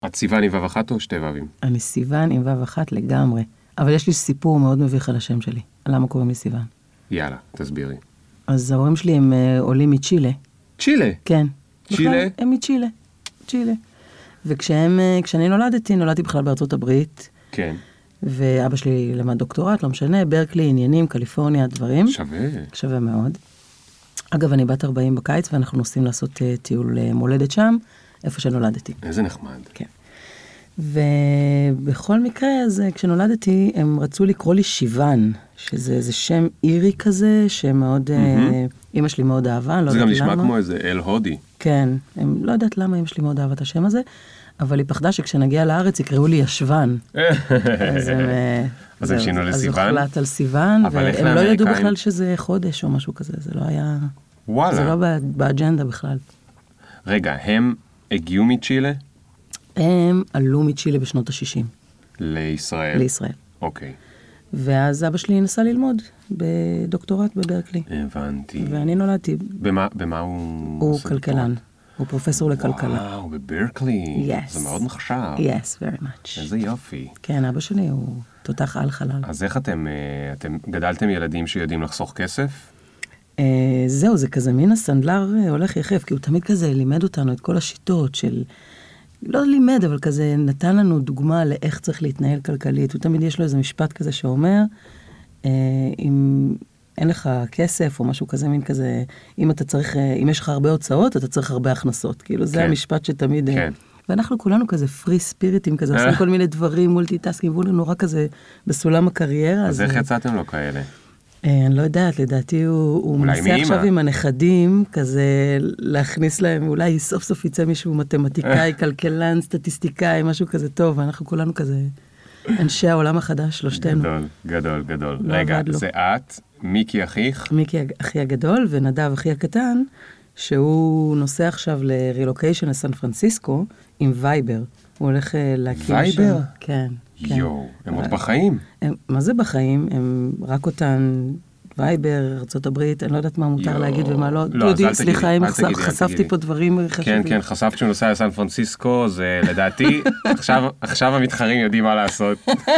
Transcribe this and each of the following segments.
את סיוון עם וו אחת או שתי וווים? אני סיוון עם וו אחת לגמרי. אבל יש לי סיפור מאוד מביך על השם שלי. למה קוראים לי סיוון? יאללה, תסבירי. אז ההורים שלי הם עולים מצ'ילה. צ'ילה? כן. צ'ילה? בכלל, הם מצ'ילה. צ'ילה. וכשאני נולדתי בכלל בארצות הברית. כן. ואבא שלי למד דוקטורט, לא משנה, ברקלי, עניינים, קליפורניה, דברים. שווה. שווה מאוד. אגב, אני בת 40 בקיץ, ואנחנו נוסעים לעשות טיול מולדת שם, איפה שנולדתי. איזה נחמד. כן. ובכל מקרה, אז כשנולדתי, הם רצו לקרוא לי שיוון, שזה איזה שם אירי כזה, שמאוד, אמא שלי מאוד אהבה, לא זה גם יודעת למה. נשמע כמו איזה אל הודי. כן, לא יודעת למה אמא שלי מאוד אהבה את השם הזה, אבל היא פחדה שכשנגיע לארץ יקראו לי ישוון. אז הם שינו לסיוון? אז הוחלט על סיוון, והם לא ידעו בכלל שזה חודש או משהו כזה, זה לא היה... וואלה. זה לא באג'נדה בכלל. רגע, הם הגיעו מצ'ילה? הם עלו מצ'ילה בשנות ה-60. לישראל? לישראל. אוקיי. ואז אבא שלי נסע ללמוד בדוקטורט בברקלי. הבנתי. ואני נולדתי. במה הוא... הוא כלכלן. הוא פרופסור לכלכלה. וואו, בברקלי. Yes. זה מאוד נחשב. Yes, very much. איזה יופי. כן, אבא שלי הוא תותח על חלל. אז איך אתם גדלתם ילדים שיודעים לחסוך כסף? זהו, זה כזה מין הסנדלר הולך יחף, כי הוא תמיד כזה לימד אותנו את כל השיטות של... לא לימד, אבל כזה נתן לנו דוגמה לאיך צריך להתנהל כלכלית. הוא תמיד יש לו איזה משפט כזה שאומר, אם אין לך כסף או משהו כזה, מין כזה, אם יש לך הרבה הוצאות, אתה צריך הרבה הכנסות. כאילו זה המשפט שתמיד... כן. ואנחנו כולנו כזה פרי ספיריטים כזה, עושים כל מיני דברים, מולטיטסקים, והוא נורא כזה בסולם הקריירה. אז איך יצאתם לו כאלה? אני לא יודעת, לדעתי הוא מנסה עכשיו עם הנכדים, כזה להכניס להם, אולי סוף סוף יצא מישהו מתמטיקאי, כלכלן, סטטיסטיקאי, משהו כזה טוב, ואנחנו כולנו כזה אנשי העולם החדש, שלושתנו. גדול. רגע, זה את, מיקי אחיך? מיקי אחי הגדול, ונדב אחי הקטן, שהוא נוסע עכשיו לרילוקיישן לסן פרנסיסקו, עם וייבר. הוא הולך להקים... וייבר? כן. יואו, הם עוד בחיים? מה זה בחיים? הם רק אותן וייבר, ארצות הברית, אני לא יודעת מה מותר להגיד ומה לא. דודי, סליחה, אם חשפתי פה דברים חשובים. כן, חשפת שהוא נוסע לסן פרנסיסקו, זה לדעתי, עכשיו המתחרים יודעים מה לעשות.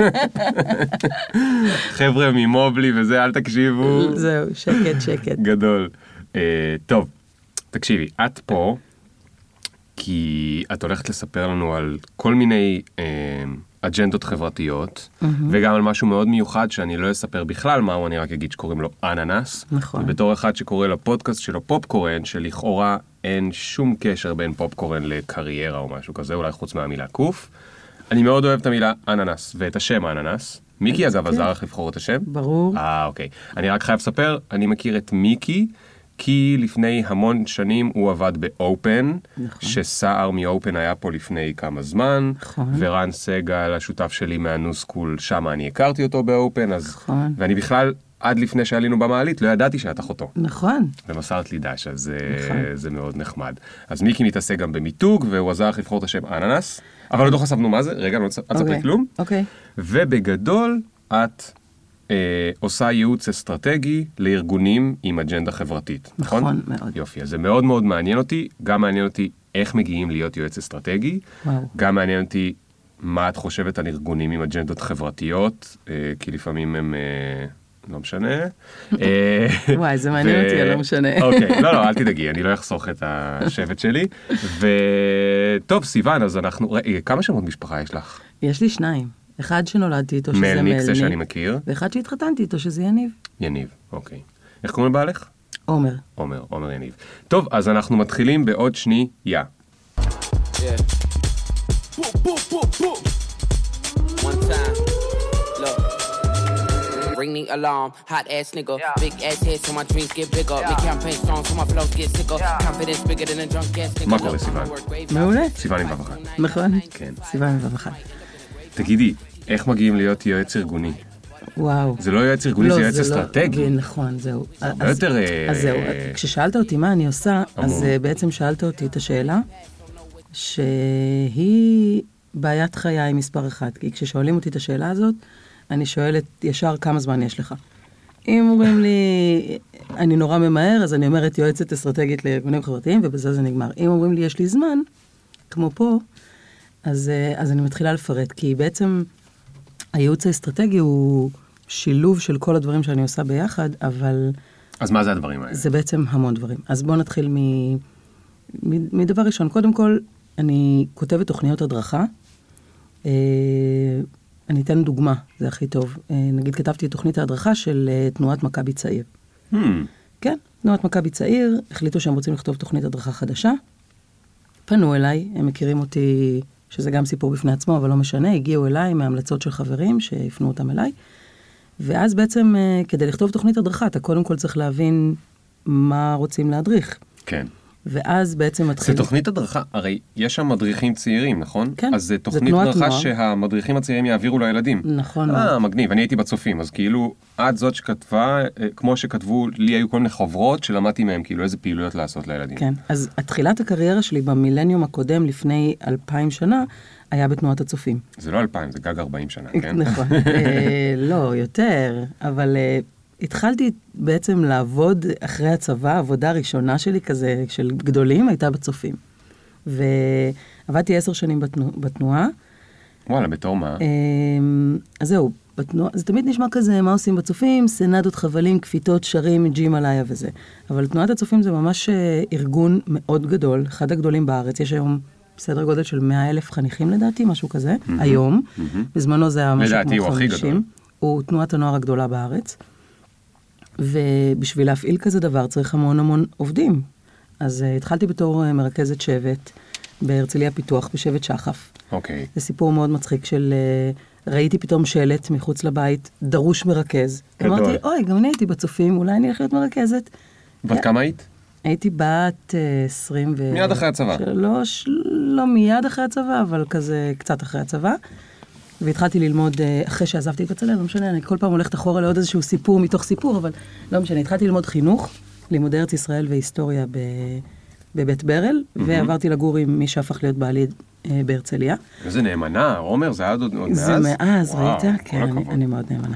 חבר'ה ממובלי וזה, אל תקשיבו. זהו, שקט. גדול. טוב, תקשיבי, את פה, כי את הולכת לספר לנו על כל מיני אג'נדות חברתיות, וגם על משהו מאוד מיוחד שאני לא אספר בכלל מהו, אני רק אגיד שקוראים לו אננס. נכון. ובתור אחד שקורא לפודקאסט שלו פופקורן, שלכאורה אין שום קשר בין פופקורן לקריירה או משהו כזה, אולי חוץ מהמילה קוף. אני מאוד אוהב את המילה אננס, ואת השם אננס. מיקי אגב עזר לך לבחור את השם? ברור. אוקיי. אני רק חייב לספר, אני מכיר את מיקי, כי לפני המון שנים הוא עבד באופן, שסער מאופן היה פה לפני כמה זמן, ורן סגל, השותף שלי מהניו סקול, שם אני הכרתי אותו באופן, ואני בכלל, עד לפני שעלינו במעלית, לא ידעתי שאת אחותו. נכון. ומסרת לי דש, אז זה מאוד נחמד. אז מיקי מתעסק גם במיתוג, והוא עזר לך לבחור את השם אננס, אבל לא חשפנו מה זה, רגע, לא תספרי כלום. אוקיי. ובגדול, את... עושה ייעוץ אסטרטגי לארגונים עם אג'נדה חברתית, נכון? נכון מאוד. יופי, אז זה מאוד מאוד מעניין אותי, גם מעניין אותי איך מגיעים להיות יועץ אסטרטגי, גם מעניין אותי מה את חושבת על ארגונים עם אג'נדות חברתיות, כי לפעמים הם... לא משנה. וואי, זה מעניין אותי, לא משנה. אוקיי, לא, אל תדאגי, אני לא אחסוך את השבט שלי. וטוב, סיוון, אז אנחנו... כמה שמות משפחה יש לך? יש לי 2. אחד שנולדתי איתו שזה מלניק, זה שאני מכיר. ואחד שהתחתנתי איתו שזה יניב. יניב, אוקיי. איך קוראים לבעלך? עומר. עומר יניב. טוב, אז אנחנו מתחילים בעוד שנייה. Ring the alarm, hot ass nigga. Big ass head so my dreams get bigger. Big campaign strong so my flows get sicker. Confidence bigger than a drunk ass nigga. מה קורה, סיוון? מעולה. סיוון עם וו אחת. נכון? כן. סיוון עם וו אחת. תגידי, איך מגיעים להיות יועץ ארגוני? וואו. זה לא יועץ ארגוני, זה יועץ אסטרטגי. נכון, זהו. הרבה יותר... אז זהו, כששאלת אותי מה אני עושה, אז בעצם שאלת אותי את השאלה, שהיא בעיית חיי מספר 1. כי כששואלים אותי את השאלה הזאת, אני שואלת ישר כמה זמן יש לך. אם אומרים לי, אני נורא ממהר, אז אני אומרת יועצת אסטרטגית לארגונים חברתיים, ובזה זה נגמר. אם אומרים לי יש לי זמן, כמו פה, אז אני מתחילה לפרט, כי בעצם הייעוץ האסטרטגי הוא שילוב של כל הדברים שאני עושה ביחד, אבל... אז מה זה הדברים האלה? זה בעצם המון דברים. אז בואו נתחיל מדבר ראשון. קודם כל, אני כותבת תוכניות הדרכה. אני אתן דוגמה, זה הכי טוב. נגיד, כתבתי תוכנית ההדרכה של תנועת מכבי צעיר. כן, תנועת מכבי צעיר, החליטו שהם רוצים לכתוב תוכנית הדרכה חדשה. פנו אליי, הם מכירים אותי, שזה גם סיפור בפני עצמו, אבל לא משנה, הגיעו אליי מההמלצות של חברים שהפנו אותם אליי. ואז בעצם, כדי לכתוב תוכנית הדרכה, אתה קודם כל צריך להבין מה רוצים להדריך. כן. ואז בעצם מתחיל... זה תוכנית הדרכה, הרי יש שם מדריכים צעירים, נכון? כן. אז זה תוכנית הדרכה שהמדריכים הצעירים יעבירו לילדים. נכון. מגניב, אני הייתי בצופים, אז כאילו, עד זאת שכתבה, כמו שכתבו, לי היו כל מיני חוברות שלמדתי מהם, כאילו איזה פעילויות לעשות לילדים. כן, אז התחילת הקריירה שלי במילניום הקודם, לפני 2000 שנה, היה בתנועת הצופים. זה לא 2000, זה גג 40 שנה, כן? נכון. לא, יותר, אבל... התחלתי בעצם לעבוד אחרי הצבא, עבודה ראשונה שלי כזה, של גדולים, הייתה בצופים. ועבדתי 10 שנים בתנועה. וואלה, בתור מה? אז זהו, בתנועה, זה תמיד נשמע כזה, מה עושים בצופים? סנדות, חבלים, כפיתות, שרים, ג'ים עליה וזה. אבל תנועת הצופים זה ממש ארגון מאוד גדול, אחד הגדולים בארץ. יש היום סדר גודל של 100,000 חניכים לדעתי, משהו כזה, היום. בזמנו זה היה משהו כמו 50. לדעתי הוא הכי גדול. הוא תנועת הנוער הגדולה בארץ. ובשביל להפעיל כזה דבר צריך המון עובדים. אז התחלתי בתור מרכזת שבט בהרצליה פיתוח בשבט שחף. אוקיי. זה סיפור מאוד מצחיק של... ראיתי פתאום שלט מחוץ לבית, דרוש מרכז. גדול. אמרתי, אוי, גם אני הייתי בצופים, אולי אני הולכת להיות מרכזת. בת כמה היית? הייתי בת 20 ו... מיד אחרי הצבא. לא מיד אחרי הצבא, אבל כזה קצת אחרי הצבא. והתחלתי ללמוד, אחרי שעזבתי את בצלאל, לא משנה, אני כל פעם הולכת אחורה לעוד איזשהו סיפור מתוך סיפור, אבל לא משנה, התחלתי ללמוד חינוך, לימודי ארץ ישראל והיסטוריה בבית ברל, ועברתי לגור עם מי שהפך להיות בעלי בהרצליה. איזה נאמנה, עומר, זה היה עוד מאז? זה מאז, ראית? כן, אני מאוד נאמנה.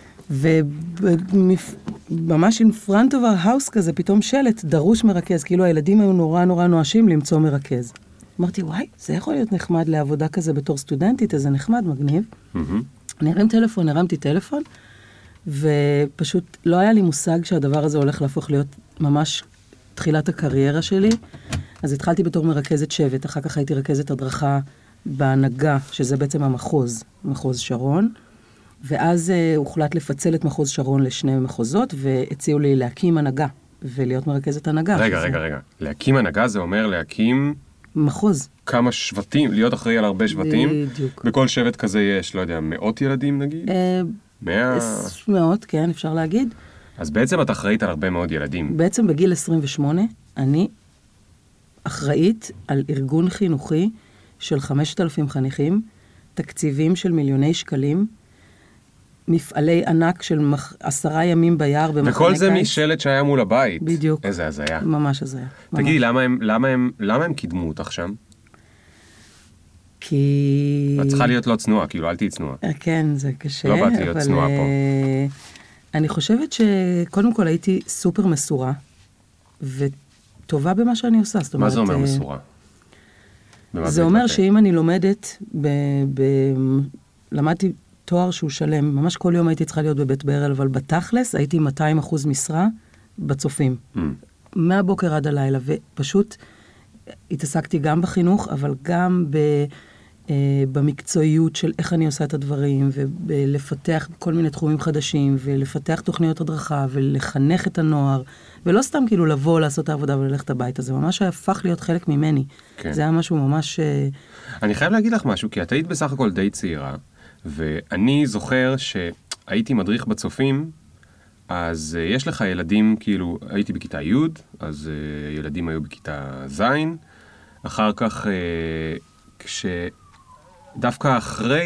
וממש in front of our house כזה, פתאום שלט, דרוש מרכז, כאילו הילדים היו נורא נואשים למצוא מרכז. אמרתי, וואי, זה יכול להיות נחמד לעבודה כזה בתור סטודנטית, איזה נחמד, מגניב. אני הרמתי טלפון, ופשוט לא היה לי מושג שהדבר הזה הולך להפוך להיות ממש תחילת הקריירה שלי. אז התחלתי בתור מרכזת שבט, אחר כך הייתי רכזת הדרכה בהנהגה, שזה בעצם מחוז שרון, ואז הוחלט לפצל את מחוז שרון לשני מחוזות, והציעו לי להקים הנהגה, ולהיות מרכזת הנהגה. רגע. להקים הנהגה זה אומר להקים... מחוז. כמה שבטים, להיות אחראי על הרבה שבטים. בדיוק. בכל שבט כזה יש, לא יודע, 100 ילדים נגיד? 100? 100, כן, אפשר להגיד. אז בעצם את אחראית על הרבה מאוד ילדים. בעצם בגיל 28, אני אחראית על ארגון חינוכי של 5,000 חניכים, תקציבים של מיליוני שקלים, מפעלי ענק של 10 ימים ביער במחנה קיץ. וכל זה משלט שהיה מול הבית. בדיוק. איזה הזיה. ממש הזיה. תגידי, למה הם קידמו אותך שם? כי... את צריכה להיות לא צנועה, כאילו, אל תהי צנועה. כן, זה קשה. לא באתי להיות צנועה פה. אני חושבת שקודם כל הייתי סופר מסורה, וטובה במה שאני עושה. מה זה אומר מסורה? זה אומר שאם אני לומדת, למדתי תואר שהוא שלם, ממש כל יום הייתי צריכה להיות בבית ברל, אבל בתכלס הייתי 200% משרה בצופים. מהבוקר עד הלילה, ופשוט התעסקתי גם בחינוך, אבל גם במקצועיות של איך אני עושה את הדברים, ולפתח כל מיני תחומים חדשים, ולפתח תוכניות הדרכה, ולחנך את הנוער, ולא סתם כאילו לבוא, לעשות את העבודה וללכת הביתה. זה ממש הפך להיות חלק ממני. כן. זה היה משהו ממש... אני חייב להגיד לך משהו, כי את היית בסך הכל די צעירה, ואני זוכר שהייתי מדריך בצופים, אז יש לך ילדים, כאילו, הייתי בכיתה י', אז ילדים היו בכיתה ז', אחר כך, דווקא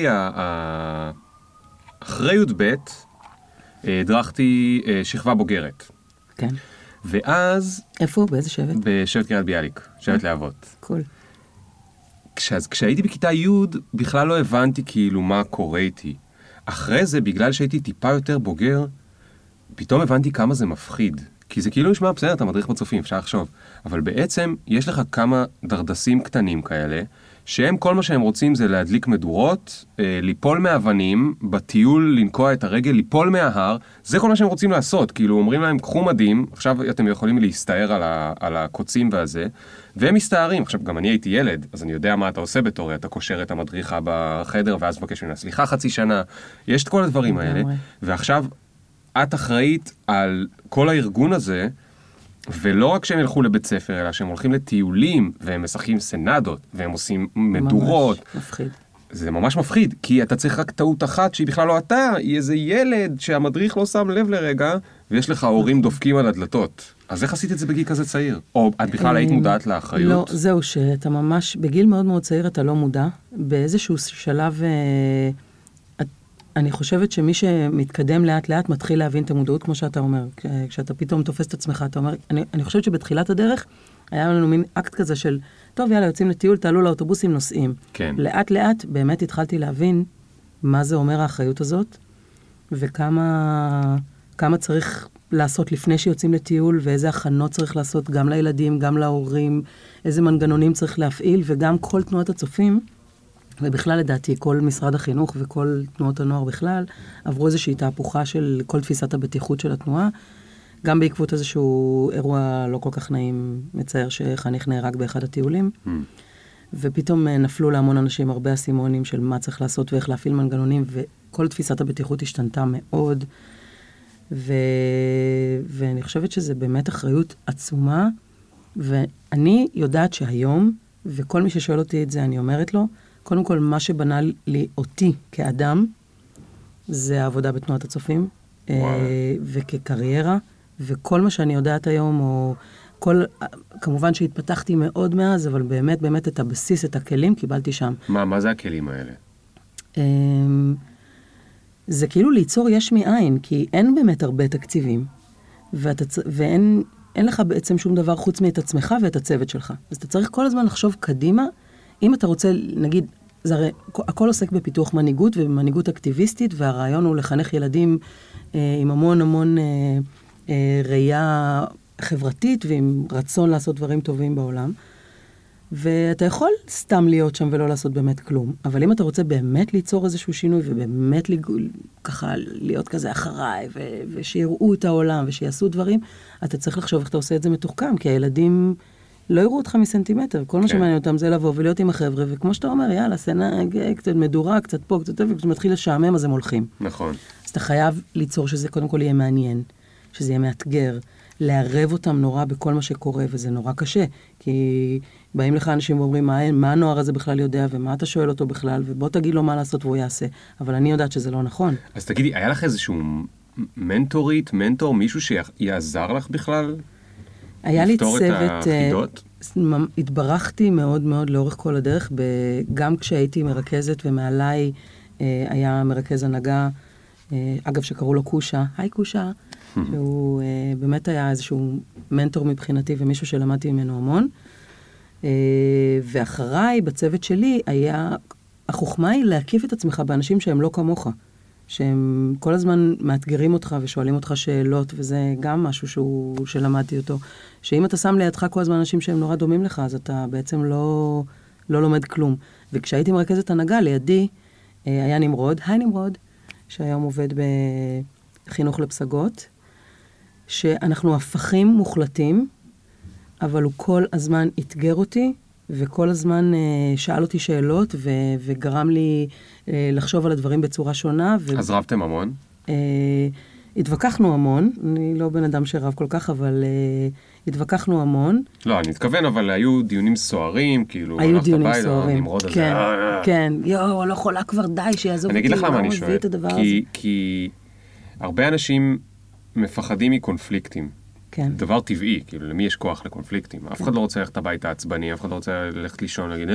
אחרי י"ב, הדרכתי שכבה בוגרת. כן. ואז... איפה? באיזה שבט? בשבט קריית ביאליק, שבט להבות. קול. כשהייתי בכיתה י' בכלל לא הבנתי כאילו מה קורה איתי. אחרי זה, בגלל שהייתי טיפה יותר בוגר, פתאום הבנתי כמה זה מפחיד. כי זה כאילו נשמע בסדר, אתה מדריך בצופים, אפשר לחשוב. אבל בעצם יש לך כמה דרדסים קטנים כאלה, שהם כל מה שהם רוצים זה להדליק מדורות, ליפול מאבנים, בטיול לנקוע את הרגל, ליפול מההר, זה כל מה שהם רוצים לעשות, כאילו אומרים להם, קחו מדים, עכשיו אתם יכולים להסתער על הקוצים והזה, והם מסתערים. עכשיו, גם אני הייתי ילד, אז אני יודע מה אתה עושה בתורי, אתה קושר את המדריכה בחדר, ואז מבקש ממנה, סליחה חצי שנה, יש את כל הדברים האלה, ועכשיו את אחראית על כל הארגון הזה, ולא רק שהם ילכו לבית ספר, אלא שהם הולכים לטיולים, והם משחקים סנדות, והם עושים מדורות. ממש מפחיד. זה ממש מפחיד, כי אתה צריך רק טעות אחת, שהיא בכלל לא אתה, היא איזה ילד שהמדריך לא שם לב לרגע, ויש לך הורים דופקים על הדלתות. אז איך עשית את זה בגיל כזה צעיר? או את בכלל היית מודעת לאחריות? לא, זהו, שאתה ממש, בגיל מאוד מאוד צעיר אתה לא מודע, באיזשהו שלב, אני חושבת שמי שמתקדם לאט לאט מתחיל להבין את המודעות, כמו שאתה אומר. כשאתה פתאום תופס את עצמך, אתה אומר, אני חושבת שבתחילת הדרך, היה לנו מין אקט כזה של, טוב, יאללה, יוצאים לטיול, תעלו לאוטובוסים, נוסעים. כן. לאט לאט באמת התחלתי להבין מה זה אומר האחריות הזאת, וכמה צריך לעשות לפני שיוצאים לטיול, ואיזה הכנות צריך לעשות גם לילדים, גם להורים, איזה מנגנונים צריך להפעיל, וגם כל תנועת הצופים, ובכלל לדעתי כל משרד החינוך וכל תנועות הנוער בכלל, עברו איזושהי תהפוכה של כל תפיסת הבטיחות של התנועה, גם בעקבות איזשהו אירוע לא כל כך נעים, מצער שחניך נהרג באחד הטיולים, ופתאום נפלו להמון אנשים הרבה אסימונים של מה צריך לעשות ואיך להפעיל מנגנונים, וכל תפיסת הבטיחות השתנתה מאוד, ואני חושבת שזה באמת אחריות עצומה, ואני יודעת שהיום, וכל מי ששואל אותי את זה, אני אומרת לו, קודם כל, מה שבנה לי אותי כאדם, זה העבודה בתנועת הצופים, וכקריירה, וכל מה שאני יודעת היום, או כמובן שהתפתחתי מאוד מאז, אבל באמת, באמת את הבסיס, את הכלים, קיבלתי שם. מה זה הכלים האלה? זה כאילו ליצור יש מאין, כי אין באמת הרבה תקציבים, ואין לך בעצם שום דבר חוץ מאת עצמך ואת הצוות שלך. אז אתה צריך כל הזמן לחשוב קדימה, אם אתה רוצה, נגיד, זה הרי, הכל עוסק בפיתוח מנהיגות ובמנהיגות אקטיביסטית, והרעיון הוא לחנך ילדים עם המון המון ראייה חברתית ועם רצון לעשות דברים טובים בעולם. ואתה יכול סתם להיות שם ולא לעשות באמת כלום. אבל אם אתה רוצה באמת ליצור איזשהו שינוי ובאמת ככה להיות כזה אחריי ושיראו את העולם ושיעשו דברים, אתה צריך לחשוב איך אתה עושה את זה מתוחכם, כי הילדים לא יראו אותך מסנטימטר. כל מה שמעניין אותם זה לבוא ולהיות עם החבר'ה, וכמו שאתה אומר, יאללה, סצנה, קצת מדורה, קצת פה, קצת טוב, וכשמתחיל לשעמם, אז הם הולכים. נכון. אז אתה חייב ליצור שזה קודם כל יהיה מעניין, שזה יהיה מאתגר, לערב אותם נורא בכל מה שקורה, וזה נורא קשה, כי באים לך אנשים ואומרים, מה הנוער הזה בכלל יודע, ומה אתה שואל אותו בכלל, ובוא תגיד לו מה לעשות והוא יעשה. אבל אני יודעת שזה לא נכון. אז תגידי, היה לך איזשהו מנטור, מישהו שיעזר לך בכלל? היה לי צוות, התברכתי מאוד מאוד לאורך כל הדרך, גם כשהייתי מרכזת ומעליי היה מרכז הנהגה, אגב שקראו לו קושה, היי קושה, שהוא באמת היה איזשהו מנטור מבחינתי ומישהו שלמדתי ממנו המון. ואחריי בצוות שלי היה, החוכמה היא להקיף את עצמך באנשים שהם לא כמוך, שהם כל הזמן מאתגרים אותך ושואלים אותך שאלות, וזה גם משהו שלמדתי אותו, שאם אתה שם לידך כל הזמן אנשים שהם נורא דומים לך, אז אתה בעצם לא לומד כלום. וכשהייתי מרכזת הנהגה, לידי היה נמרוד, היי נמרוד, שהיום עובד בחינוך לפסגות, שאנחנו הפכים מוחלטים, אבל הוא כל הזמן התגר אותי, וכל הזמן שאל אותי שאלות, וגרם לי לחשוב על הדברים בצורה שונה. אז רבתם המון? התווכחנו המון, אני לא בן אדם שרב כל כך, אבל התווכחנו המון. לא, אני מתכוון, אבל היו דיונים סוערים, כאילו, היו דיונים סוערים, נמרוד הזה. כן, כן, יואו, לא יכולה כבר די, שיעזוב אותי. אני אגיד לך למה אני שואל, כי הרבה אנשים מפחדים מקונפליקטים. כן. דבר טבעי, כאילו, למי יש כוח לקונפליקטים? אף אחד לא רוצה ללכת הביתה עצבני, אף אחד לא רוצה ללכת לישון, להגיד,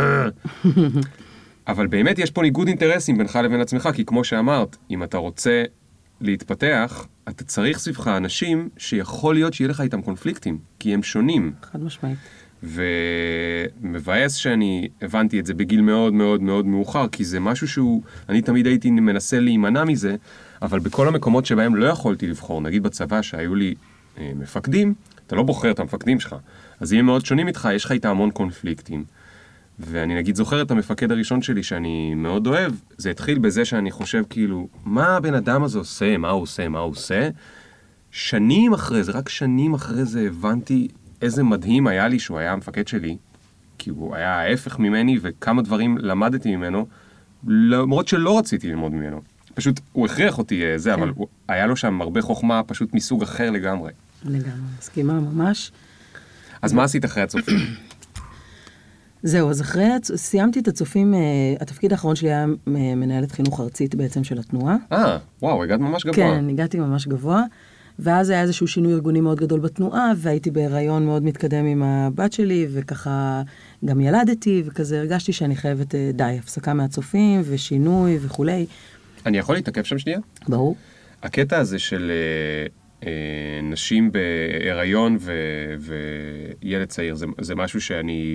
אבל באמת יש פה ניגוד אינטרסים בינך לבין עצמך, כי כמו שאמרת, אם אתה רוצה להתפתח, אתה צריך סביבך אנשים שיכול להיות שיהיה לך איתם קונפליקטים, כי הם שונים. חד משמעית. ומבאס שאני הבנתי את זה בגיל מאוד מאוד מאוד מאוחר, כי זה משהו שהוא, אני תמיד הייתי מנסה להימנע מזה, אבל בכל המקומות שבהם לא יכולתי לבחור, נגיד בצבא שהיו לי מפקדים, אתה לא בוחר את המפקדים שלך. אז אם הם מאוד שונים איתך, יש לך איתה המון קונפליקטים. ואני נגיד זוכר את המפקד הראשון שלי שאני מאוד אוהב, זה התחיל בזה שאני חושב כאילו, מה הבן אדם הזה עושה, מה הוא עושה. שנים אחרי זה, רק שנים אחרי זה הבנתי איזה מדהים היה לי שהוא היה המפקד שלי, כי הוא היה ההפך ממני וכמה דברים למדתי ממנו, למרות שלא רציתי ללמוד ממנו. פשוט הוא הכריח אותי זה, אבל היה לו שם הרבה חוכמה פשוט מסוג אחר לגמרי. לגמרי, מסכימה ממש. אז מה עשית אחרי הצופים? זהו, אז סיימתי את הצופים, התפקיד האחרון שלי היה מנהלת חינוך ארצית בעצם של התנועה. וואו, הגעת ממש גבוה. כן, הגעתי ממש גבוה, ואז היה איזשהו שינוי ארגוני מאוד גדול בתנועה, והייתי בהיריון מאוד מתקדם עם הבת שלי, וככה גם ילדתי, וכזה הרגשתי שאני חייבת די, הפסקה מהצופים, ושינוי וכולי. אני יכול להתעכב שם שנייה? ברור. הקטע הזה של נשים בהיריון וילד צעיר, זה משהו שאני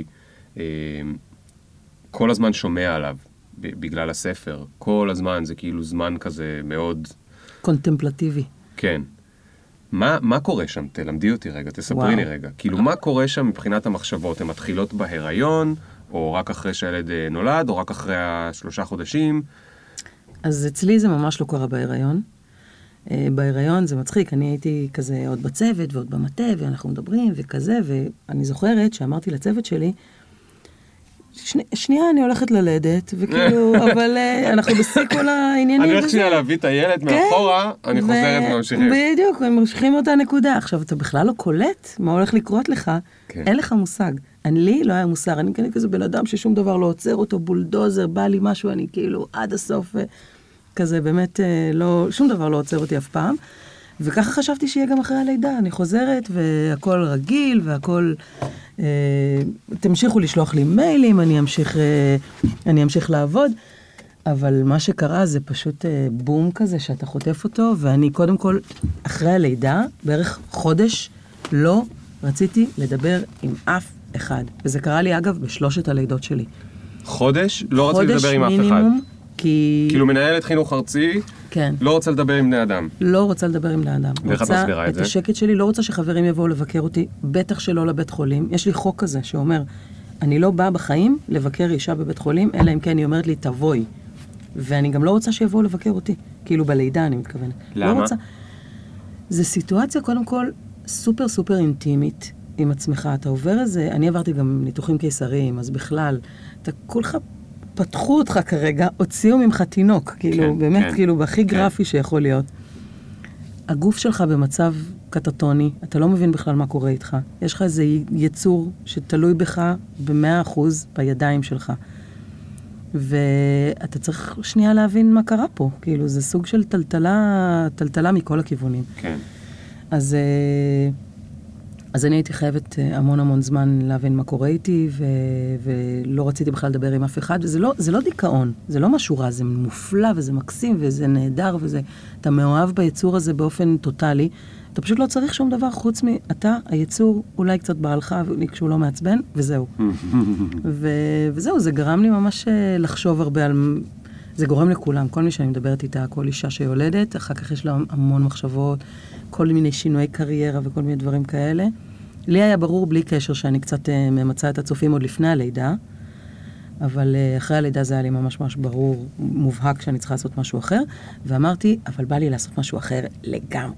כל הזמן שומע עליו, בגלל הספר. כל הזמן, זה כאילו זמן כזה מאוד... קונטמפלטיבי. כן. מה קורה שם? תלמדי אותי רגע, תספרי לי רגע. כאילו, מה קורה שם מבחינת המחשבות? הן מתחילות בהיריון, או רק אחרי שהילד נולד, או רק אחרי 3 חודשים? אז אצלי זה ממש לא קרה בהיריון. בהיריון זה מצחיק, אני הייתי כזה עוד בצוות ועוד במטה, ואנחנו מדברים וכזה, ואני זוכרת שאמרתי לצוות שלי, שנייה אני הולכת ללדת, וכאילו, אבל אנחנו בשיא כל העניינים. אני הולך שנייה להביא את הילד מאחורה, אני חוזרת וממשיכים. בדיוק, הם ממשיכים אותה נקודה. עכשיו, אתה בכלל לא קולט מה הולך לקרות לך, אין לך מושג. לי לא היה מוסר, אני כזה בן אדם ששום דבר לא עוצר אותו, בולדוזר, בא לי משהו, אני כאילו עד הסוף, כזה באמת לא, שום דבר לא עוצר אותי אף פעם. וככה חשבתי שיהיה גם אחרי הלידה. אני חוזרת והכל רגיל והכל... תמשיכו לשלוח לי מיילים, אני אמשיך לעבוד. אבל מה שקרה זה פשוט בום כזה שאתה חוטף אותו, ואני קודם כל, אחרי הלידה, בערך חודש, לא רציתי לדבר עם אף אחד. וזה קרה לי אגב ב3 הלידות שלי. חודש? לא רציתי לדבר עם אף אחד. חודש מינימום, כי... כאילו מנהלת חינוך ארצי, כן. לא רוצה לדבר עם בני אדם. לא רוצה לדבר עם בני אדם. ואיך את מסבירה את זה? את השקט שלי, לא רוצה שחברים יבואו לבקר אותי, בטח שלא לבית חולים. יש לי חוק כזה שאומר, אני לא באה בחיים לבקר אישה בבית חולים, אלא אם כן היא אומרת לי, תבואי. ואני גם לא רוצה שיבואו לבקר אותי. כאילו בלידה אני מתכוונת. למה? לא רוצה... זה סיטואציה קודם כל סופר סופר אינטימית עם עצמך. אתה עובר איזה, אני עברתי גם ניתוחים קיסריים, אז בכלל, אתה כולך פתחו אותך כרגע, הוציאו ממך תינוק, כאילו, כן, באמת, כן, כאילו, בהכי גרפי שיכול להיות. הגוף שלך במצב קטטוני, אתה לא מבין בכלל מה קורה איתך. יש לך איזה יצור שתלוי בך ב100% בידיים שלך. ואתה צריך שנייה להבין מה קרה פה. כאילו, זה סוג של טלטלה מכל הכיוונים. כן. אז אני הייתי חייבת המון זמן להבין מה קורה איתי, ולא רציתי בכלל לדבר עם אף אחד, וזה לא דיכאון, זה לא משהו רע, זה מופלא וזה מקסים וזה נהדר, אתה מאוהב ביצור הזה באופן טוטלי, אתה פשוט לא צריך שום דבר חוץ מאתה, היצור אולי קצת בעלך, כשהוא לא מעצבן, וזהו. וזהו, זה גרם לי ממש לחשוב הרבה על... זה גורם לכולם, כל מי שאני מדברת איתה, כל אישה שיולדת, אחר כך יש לה המון מחשבות, כל מיני שינויי קריירה וכל מיני דברים כאלה. לי היה ברור בלי קשר שאני קצת ממצאה את הצופים עוד לפני הלידה, אבל אחרי הלידה זה היה לי ממש ברור, מובהק שאני צריכה לעשות משהו אחר, ואמרתי, אבל בא לי לעשות משהו אחר לגמרי.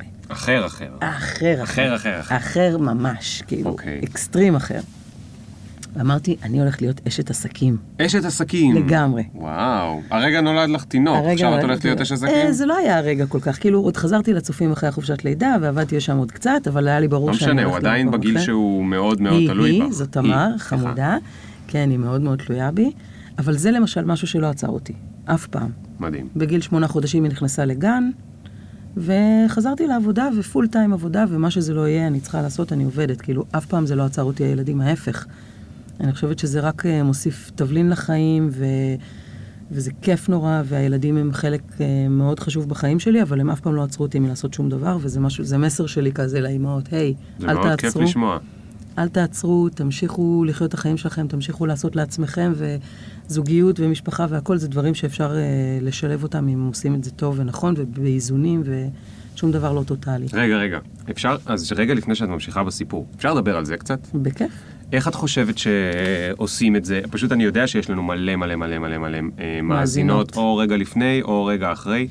אחר ממש, כאילו, אקסטרים אחר. ואמרתי, אני הולכת להיות אשת עסקים. אשת עסקים? לגמרי. וואו. הרגע נולד לך תינוק, עכשיו את הולכת להיות אשת עסקים? זה לא היה הרגע כל כך. כאילו, עוד חזרתי לצופים אחרי חופשת לידה, ועבדתי שם עוד קצת, אבל היה לי ברור שאני... לא משנה, הוא עדיין בגיל שהוא מאוד תלוי בך. זאת תמר, חמודה. כן, היא מאוד תלויה בי. אבל זה למשל משהו שלא עצר אותי. אף פעם. מדהים. בגיל 8 חודשים היא נכנסה לגן, וחזרתי לעבודה, ופול טיים עבודה, ומה שזה לא יהיה, אני צריכה לעשות, אני עובדת. כאילו, אף פעם זה לא עצר אותי, הילדים, ההפך. אני חושבת שזה רק מוסיף תבלין לחיים, וזה כיף נורא, והילדים הם חלק מאוד חשוב בחיים שלי, אבל הם אף פעם לא עצרו אותי מלעשות שום דבר, וזה משהו, זה מסר שלי כזה לאמהות, היי, אל תעצרו. זה מאוד כיף לשמוע. אל תעצרו, תמשיכו לחיות את החיים שלכם, תמשיכו לעשות לעצמכם, וזוגיות ומשפחה והכל, זה דברים שאפשר לשלב אותם אם עושים את זה טוב ונכון, ובאיזונים, ושום דבר לא טוטלי. רגע. אפשר, אז רגע לפני שאת ממשיכה בסיפור, אפשר לדבר על זה קצת? בכיף. איך את חושבת שעושים את זה? פשוט אני יודע שיש לנו מלא מלא מלא מלא מלא מאזינות, או רגע לפני, או רגע אחרי.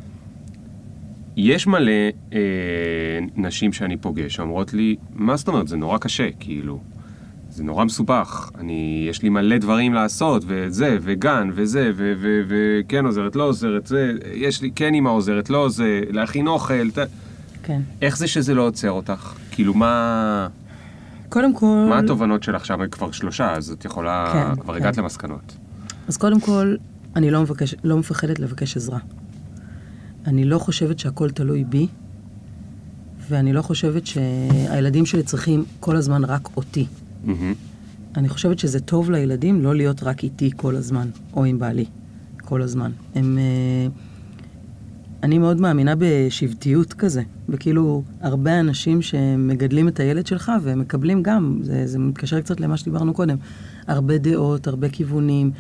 יש מלא נשים שאני פוגש, שאומרות לי, מה זאת אומרת? זה נורא קשה, כאילו. זה נורא מסובך. יש לי מלא דברים לעשות, וזה, וגן, וזה, וכן עוזרת, לא עוזרת, זה, יש לי, כן אמא עוזרת, לא עוזרת, להכין אוכל, כן. איך זה שזה לא עוצר אותך? כאילו, מה... קודם כל... מה התובנות שלך שם? כבר 3, אז את יכולה... כן, כבר כן. הגעת למסקנות. אז קודם כל, אני לא מפחדת לבקש עזרה. אני לא חושבת שהכל תלוי בי, ואני לא חושבת שהילדים שלי צריכים כל הזמן רק אותי. אני חושבת שזה טוב לילדים לא להיות רק איתי כל הזמן, או עם בעלי כל הזמן. אני מאוד מאמינה בשבטיות כזה, וכאילו הרבה אנשים שמגדלים את הילד שלך ומקבלים גם, זה מתקשר קצת למה שדיברנו קודם, הרבה דעות, הרבה כיוונים,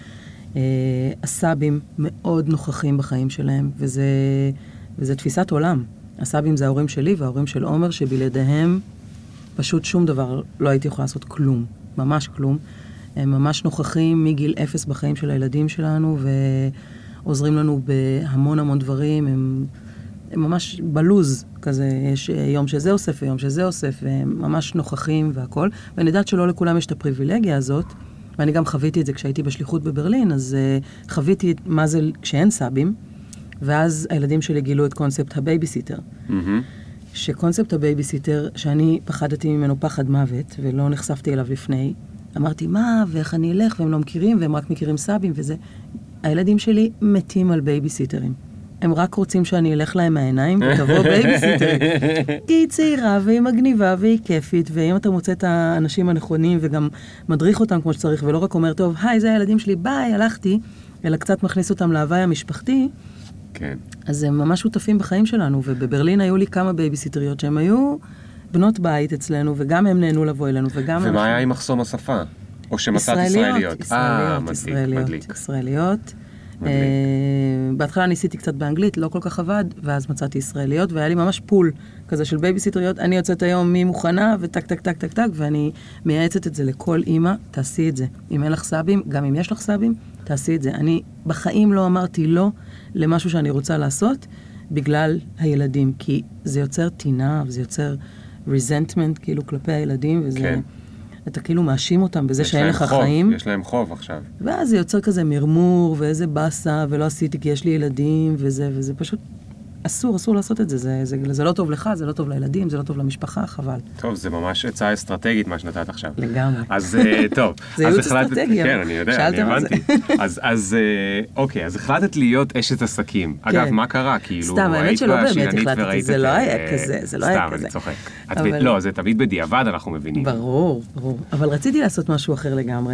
הסבים מאוד נוכחים בחיים שלהם, וזה תפיסת עולם. הסבים זה ההורים שלי וההורים של עומר, שבלעדיהם פשוט שום דבר לא הייתי יכולה לעשות כלום, ממש כלום. הם ממש נוכחים מגיל 0 בחיים של הילדים שלנו, ועוזרים לנו בהמון המון דברים. הם ממש בלוז כזה, יש יום שזה אוסף ויום שזה אוסף, והם ממש נוכחים והכל. ואני יודעת שלא לכולם יש את הפריבילגיה הזאת, ואני גם חוויתי את זה כשהייתי בשליחות בברלין, אז חוויתי מה זה כשאין סבים, ואז הילדים שלי גילו את קונספט הבייביסיטר. שקונספט הבייביסיטר, שאני פחדתי ממנו פחד מוות, ולא נחשפתי אליו לפני, אמרתי, מה, ואיך אני אלך, והם לא מכירים, והם רק מכירים סבים, וזה. הילדים שלי מתים על בייביסיטרים. הם רק רוצים שאני אלך להם מהעיניים, ותבוא בייביסיטרים. כי היא צעירה, והיא מגניבה, והיא כיפית, ואם אתה מוצא את האנשים הנכונים, וגם מדריך אותם כמו שצריך, ולא רק אומר, טוב, היי, זה הילדים שלי, ביי, הלכתי, אלא קצת מכניס אותם להוואי המשפחתי, כן. אז הם ממש שותפים בחיים שלנו, ובברלין היו לי כמה בייביסיטריות שהן היו בנות בית אצלנו, וגם הם נהנו לבוא אלינו, וגם... ומה היה עם מחסום השפה? או שמצאת ישראליות? ישראליות. בהתחלה ניסיתי קצת באנגלית, לא כל כך עבד, ואז מצאתי ישראליות, והיה לי ממש פול כזה של בייביסיטריות. אני יוצאת היום מי מוכנה, וטק, טק, טק, טק, טק, ואני מייעצת את זה לכל אמא, תעשי את זה. אם אין לך סבים, גם אם יש לך סבים, תעשי את זה. אני בחיים לא אמרתי לא למשהו שאני רוצה לעשות, בגלל הילדים, כי זה יוצר טינה, וזה יוצר resentment, כאילו, כלפי הילדים, וזה... כן. אתה כאילו מאשים אותם בזה שאין לך חיים. יש להם חוב עכשיו. ואז זה יוצר כזה מרמור, ואיזה בסה, ולא עשיתי כי יש לי ילדים, וזה פשוט אסור לעשות את זה. זה לא טוב לך, זה לא טוב לילדים, זה לא טוב למשפחה, חבל. טוב, זה ממש עצה אסטרטגית מה שנתת עכשיו. לגמרי. אז טוב. זה ייעוץ אסטרטגיה. כן, אני יודע, אני הבנתי. אז אוקיי, אז החלטת להיות אשת עסקים. אגב, מה קרה? כאילו, סתם, האמת שלא באמת החלטתי, זה לא היה כזה, זה לא היה כזה. סתם, אני צוחק. לא, זה תמיד בדיעבד, אנחנו מבינים. ברור. אבל רציתי לעשות משהו אחר לגמרי.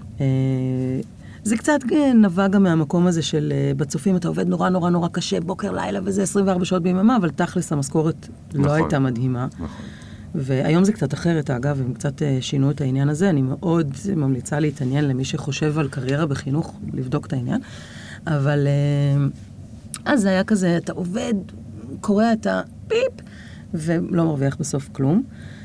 זה קצת נבע גם מהמקום הזה של בצופים אתה עובד נורא נורא נורא קשה, בוקר לילה וזה 24 שעות ביממה, אבל תכלס המשכורת לא הייתה מדהימה. נכון. והיום זה קצת אחרת, אגב, הם קצת שינו את העניין הזה. אני מאוד ממליצה להתעניין למי שחושב על קריירה בחינוך, לבדוק את העניין. אבל אז זה היה כזה, אתה עובד, קורא את הפיפ, ולא מרוויח בסוף כלום.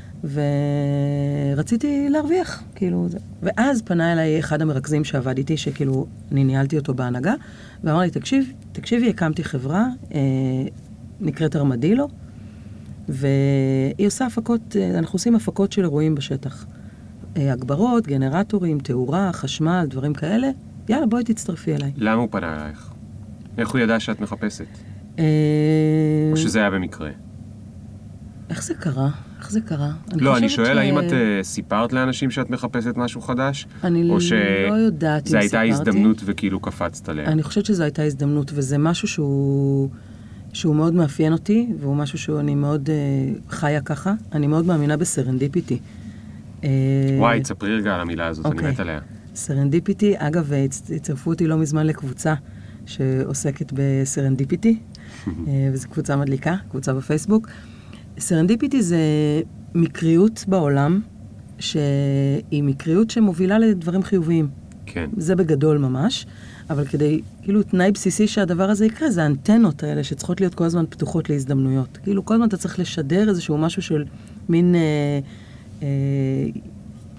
ורציתי להרוויח, כאילו זה. ואז פנה אליי אחד המרכזים שעבד איתי, שכאילו אני ניהלתי אותו בהנהגה, ואמר לי, תקשיבי, הקמתי חברה, נקראת ארמדילו, והיא עושה הפקות, אנחנו עושים הפקות של אירועים בשטח. הגברות, גנרטורים, תאורה, חשמל, דברים כאלה. יאללה, בואי תצטרפי אליי. למה הוא פנה אלייך? איך הוא ידע שאת מחפשת? או שזה היה במקרה? איך זה קרה? לא, אני שואל, האם את סיפרת לאנשים שאת מחפשת משהו חדש? אני לא יודעת אם סיפרתי. זה הייתה הזדמנות וכאילו קפצת עליה. אני חושבת שזו הייתה הזדמנות, וזה משהו שהוא מאוד מאפיין אותי, והוא משהו שאני מאוד חיה ככה. אני מאוד מאמינה בסרנדיפיטי. וואי, תספרי רגע על המילה הזאת, אני מת עליה. סרנדיפיטי, אגב, הצטרפו אותי לא מזמן לקבוצה שעוסקת בסרנדיפיטי, וזו קבוצה מדליקה, קבוצה בפייסבוק. סרנדיפיטי זה מקריות בעולם, שהיא מקריות שמובילה לדברים חיוביים. כן. זה בגדול ממש, אבל כדי, כאילו, תנאי בסיסי שהדבר הזה יקרה, זה האנטנות האלה שצריכות להיות כל הזמן פתוחות להזדמנויות. כאילו, כל הזמן אתה צריך לשדר איזשהו משהו של מין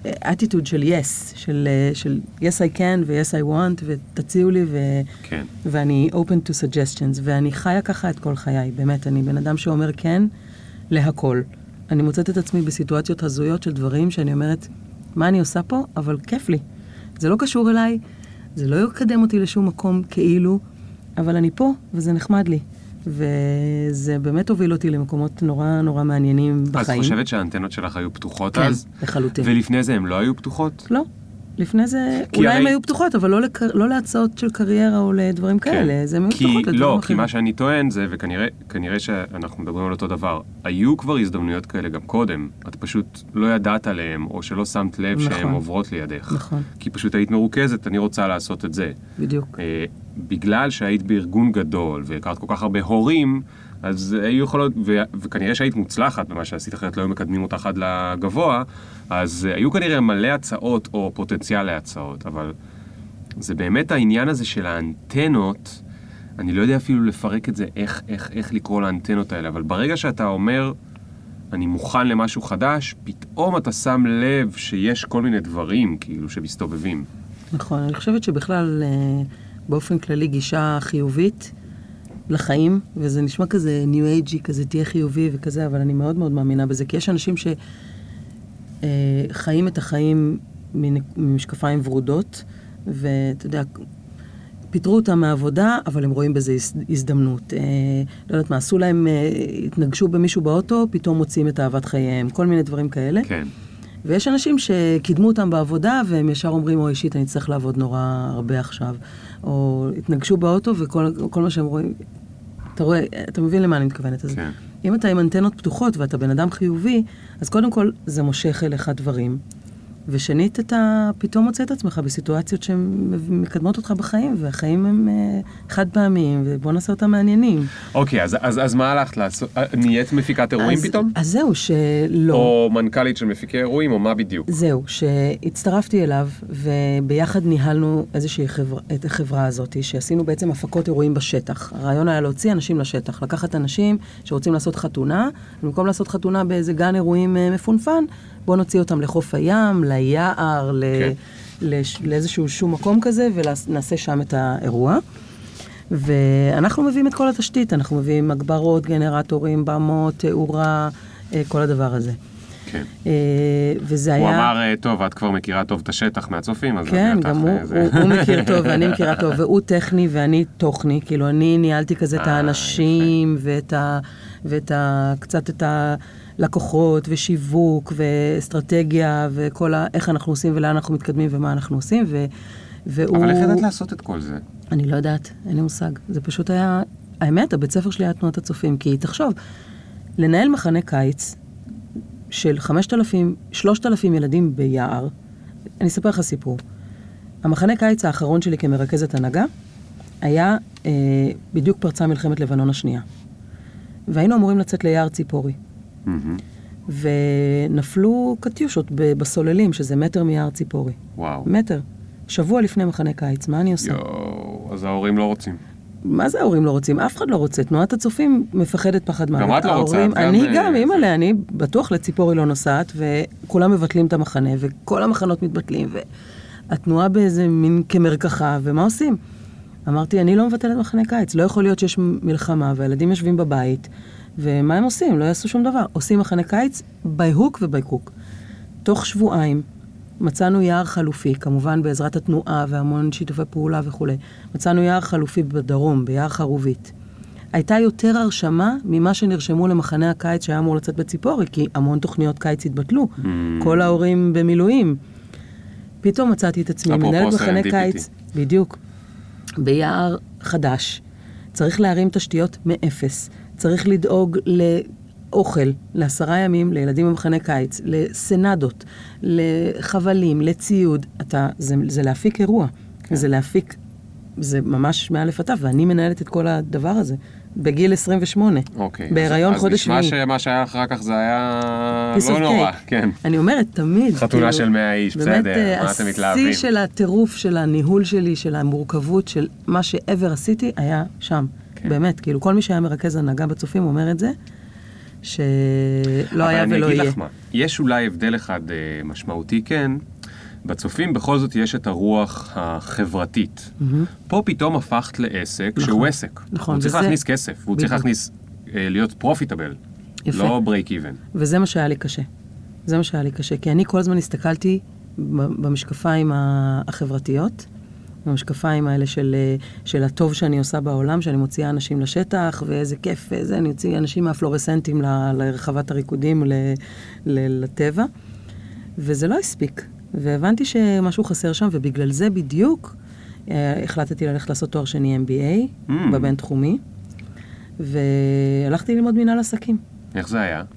attitude של yes, של yes I can ו-yes I want, ותציעו לי, כן. ואני open to suggestions, ואני חיה ככה את כל חיי, באמת, אני בן אדם שאומר כן להכל. אני מוצאת את עצמי בסיטואציות הזויות של דברים שאני אומרת, מה אני עושה פה? אבל כיף לי. זה לא קשור אליי, זה לא יקדם אותי לשום מקום כאילו, אבל אני פה, וזה נחמד לי. וזה באמת הוביל אותי למקומות נורא נורא מעניינים בחיים. אז חושבת שהאנטנות שלך היו פתוחות אז? כן, לחלוטין. ולפני זה הן לא היו פתוחות? לא. לפני זה, אולי הן היו פתוחות, אבל לא להצעות של קריירה או לדברים כאלה. זה היו פתוחות לדברים אחרים. לא, כי מה שאני טוען זה, וכנראה שאנחנו מדברים על אותו דבר, היו כבר הזדמנויות כאלה גם קודם. את פשוט לא ידעת עליהן, או שלא שמת לב שהן עוברות לידך. נכון. כי פשוט היית מרוכזת, אני רוצה לעשות את זה. בדיוק. בגלל שהיית בארגון גדול, והכרת כל כך הרבה הורים, אז היו יכולות, וכנראה שהיית מוצלחת במה שעשית, אחרת לא היו מקדמים אותך עד לגבוה, אז היו כנראה מלא הצעות או פוטנציאל להצעות, אבל זה באמת העניין הזה של האנטנות, אני לא יודע אפילו לפרק את זה, איך לקרוא לאנטנות האלה, אבל ברגע שאתה אומר, אני מוכן למשהו חדש, פתאום אתה שם לב שיש כל מיני דברים כאילו שמסתובבים. נכון, אני חושבת שבכלל באופן כללי גישה חיובית לחיים, וזה נשמע כזה ניו אייג'י, כזה תהיה חיובי וכזה, אבל אני מאוד מאוד מאמינה בזה, כי יש אנשים שחיים את החיים ממשקפיים ורודות, ואתה יודע, פיתרו אותם מהעבודה, אבל הם רואים בזה הזדמנות. לא יודעת מה, עשו להם, התנגשו במישהו באוטו, פתאום מוצאים את אהבת חייהם, כל מיני דברים כאלה. כן. ויש אנשים שקידמו אותם בעבודה, והם ישר אומרים, או אישית, אני צריך לעבוד נורא הרבה עכשיו. או התנגשו באוטו, וכל מה שהם רואים, אתה רואה, אתה מבין למה אני מתכוונת. אז אם אתה עם אנטנות פתוחות, ואתה בן אדם חיובי, אז קודם כל זה מושך אליך דברים. ושנית, אתה פתאום מוצא את עצמך בסיטואציות שמקדמות אותך בחיים, והחיים הם חד פעמיים, ובוא נעשה אותם מעניינים. אוקיי, אז מה הלכת לעשות? נהיית מפיקת אירועים פתאום? אז זהו, שלא. או מנכ"לית של מפיקי אירועים, או מה בדיוק? זהו, שהצטרפתי אליו, וביחד ניהלנו איזושהי את החברה הזאת, שעשינו בעצם הפקות אירועים בשטח. הרעיון היה להוציא אנשים לשטח, לקחת אנשים שרוצים לעשות חתונה, במקום לעשות חתונה באיזה גן אירועים מפונפן, בוא נוציא אותם לחוף הים, ליער, לאיזשהו שום מקום כזה, ונעשה שם את האירוע. ואנחנו מביאים את כל התשתית, אנחנו מביאים מגברות, גנרטורים, במות, תאורה, כל הדבר הזה. כן. וזה היה... הוא אמר, טוב, את כבר מכירה טוב את השטח מהצופים, אז... כן, גם הוא מכיר טוב ואני מכירה טוב, והוא טכני ואני תוכני, כאילו אני ניהלתי כזה את האנשים קצת את הלקוחות ושיווק ואסטרטגיה וכל איך אנחנו עושים ולאן אנחנו מתקדמים ומה אנחנו עושים, אבל איך ידעת לעשות את כל זה? אני לא יודעת, אין לי מושג. זה פשוט היה... האמת, הבית ספר שלי היה תנועת הצופים, כי תחשוב, לנהל מחנה קיץ של 3,000 ילדים ביער, אני אספר לך סיפור. המחנה קיץ האחרון שלי כמרכזת הנהגה, היה בדיוק פרצה מלחמת לבנון השנייה. והיינו אמורים לצאת ליער ציפורי. ונפלו קטיושות בסוללים, שזה מטר מיער ציפורי. וואו. מטר. שבוע לפני מחנה קיץ, מה אני עושה? אז ההורים לא רוצים. מה זה ההורים לא רוצים? אף אחד לא רוצה. תנועת הצופים מפחדת פחד מוות. גם את לא רוצה. אני גם, אימא'לה, אני בטוח לציפורי לא נוסעת, וכולם מבטלים את המחנה, וכל המחנות מתבטלים, והתנועה באיזה מין כמרקחה, ומה עושים? אמרתי, אני לא מבטלת מחנה קיץ. לא יכול להיות שיש מלחמה, והילדים יושבים בבית, ומה הם עושים? לא יעשו שום דבר. עושים מחנה קיץ by-hook וב-by-cook. תוך שבועיים מצאנו יער חלופי, כמובן בעזרת התנועה והמון שיתופי פעולה וכו'. מצאנו יער חלופי בדרום, ביער חרובית. הייתה יותר הרשמה ממה שנרשמו למחנה הקיץ שהיה אמור לצאת בציפורי, כי המון תוכניות קיץ התבטלו. כל ההורים במילואים. פתאום מצאתי את עצמי, מנהלת מחנה קיץ, בדיוק, ביער חדש. צריך להרים תשתיות מאפס. צריך לדאוג לאוכל, ל10 ימים, לילדים במחנה קיץ, לסנדות, לחבלים, לציוד. זה להפיק אירוע. כן. זה להפיק, זה ממש מאלף עד תף, ואני מנהלת את כל הדבר הזה. בגיל 28. אוקיי. בהיריון חודש שני. אז נשמע שמה שהיה אחר כך זה היה לא נורא, כן. אני אומרת, תמיד. חתונה של 100 איש, בסדר, מה אתם מתלהבים? השיא של הטירוף, של הניהול שלי, של המורכבות, של מה שעבר עשיתי, היה שם. באמת, כאילו, כל מי שהיה מרכז הנהגה בצופים אומר את זה, שלא היה ולא יהיה. אבל אני אגיד לך מה, יש אולי הבדל אחד משמעותי, כן, בצופים בכל זאת יש את הרוח החברתית. פה פתאום הפכת לעסק שהוא עסק. הוא צריך להכניס כסף, הוא צריך להכניס, להיות פרופיטבל, לא ברייק איבן. וזה מה שהיה לי קשה. זה מה שהיה לי קשה, כי אני כל הזמן הסתכלתי במשקפיים החברתיות, במשקפיים האלה של הטוב שאני עושה בעולם, שאני מוציאה אנשים לשטח, ואיזה כיף, אני מוציאה אנשים מהפלורסנטים לרחבת הריקודים, לטבע, וזה לא הספיק. והבנתי שמשהו חסר שם, ובגלל זה בדיוק החלטתי ללכת לעשות תואר שני MBA בבין תחומי, והלכתי ללמוד מנהל עסקים. איך זה היה?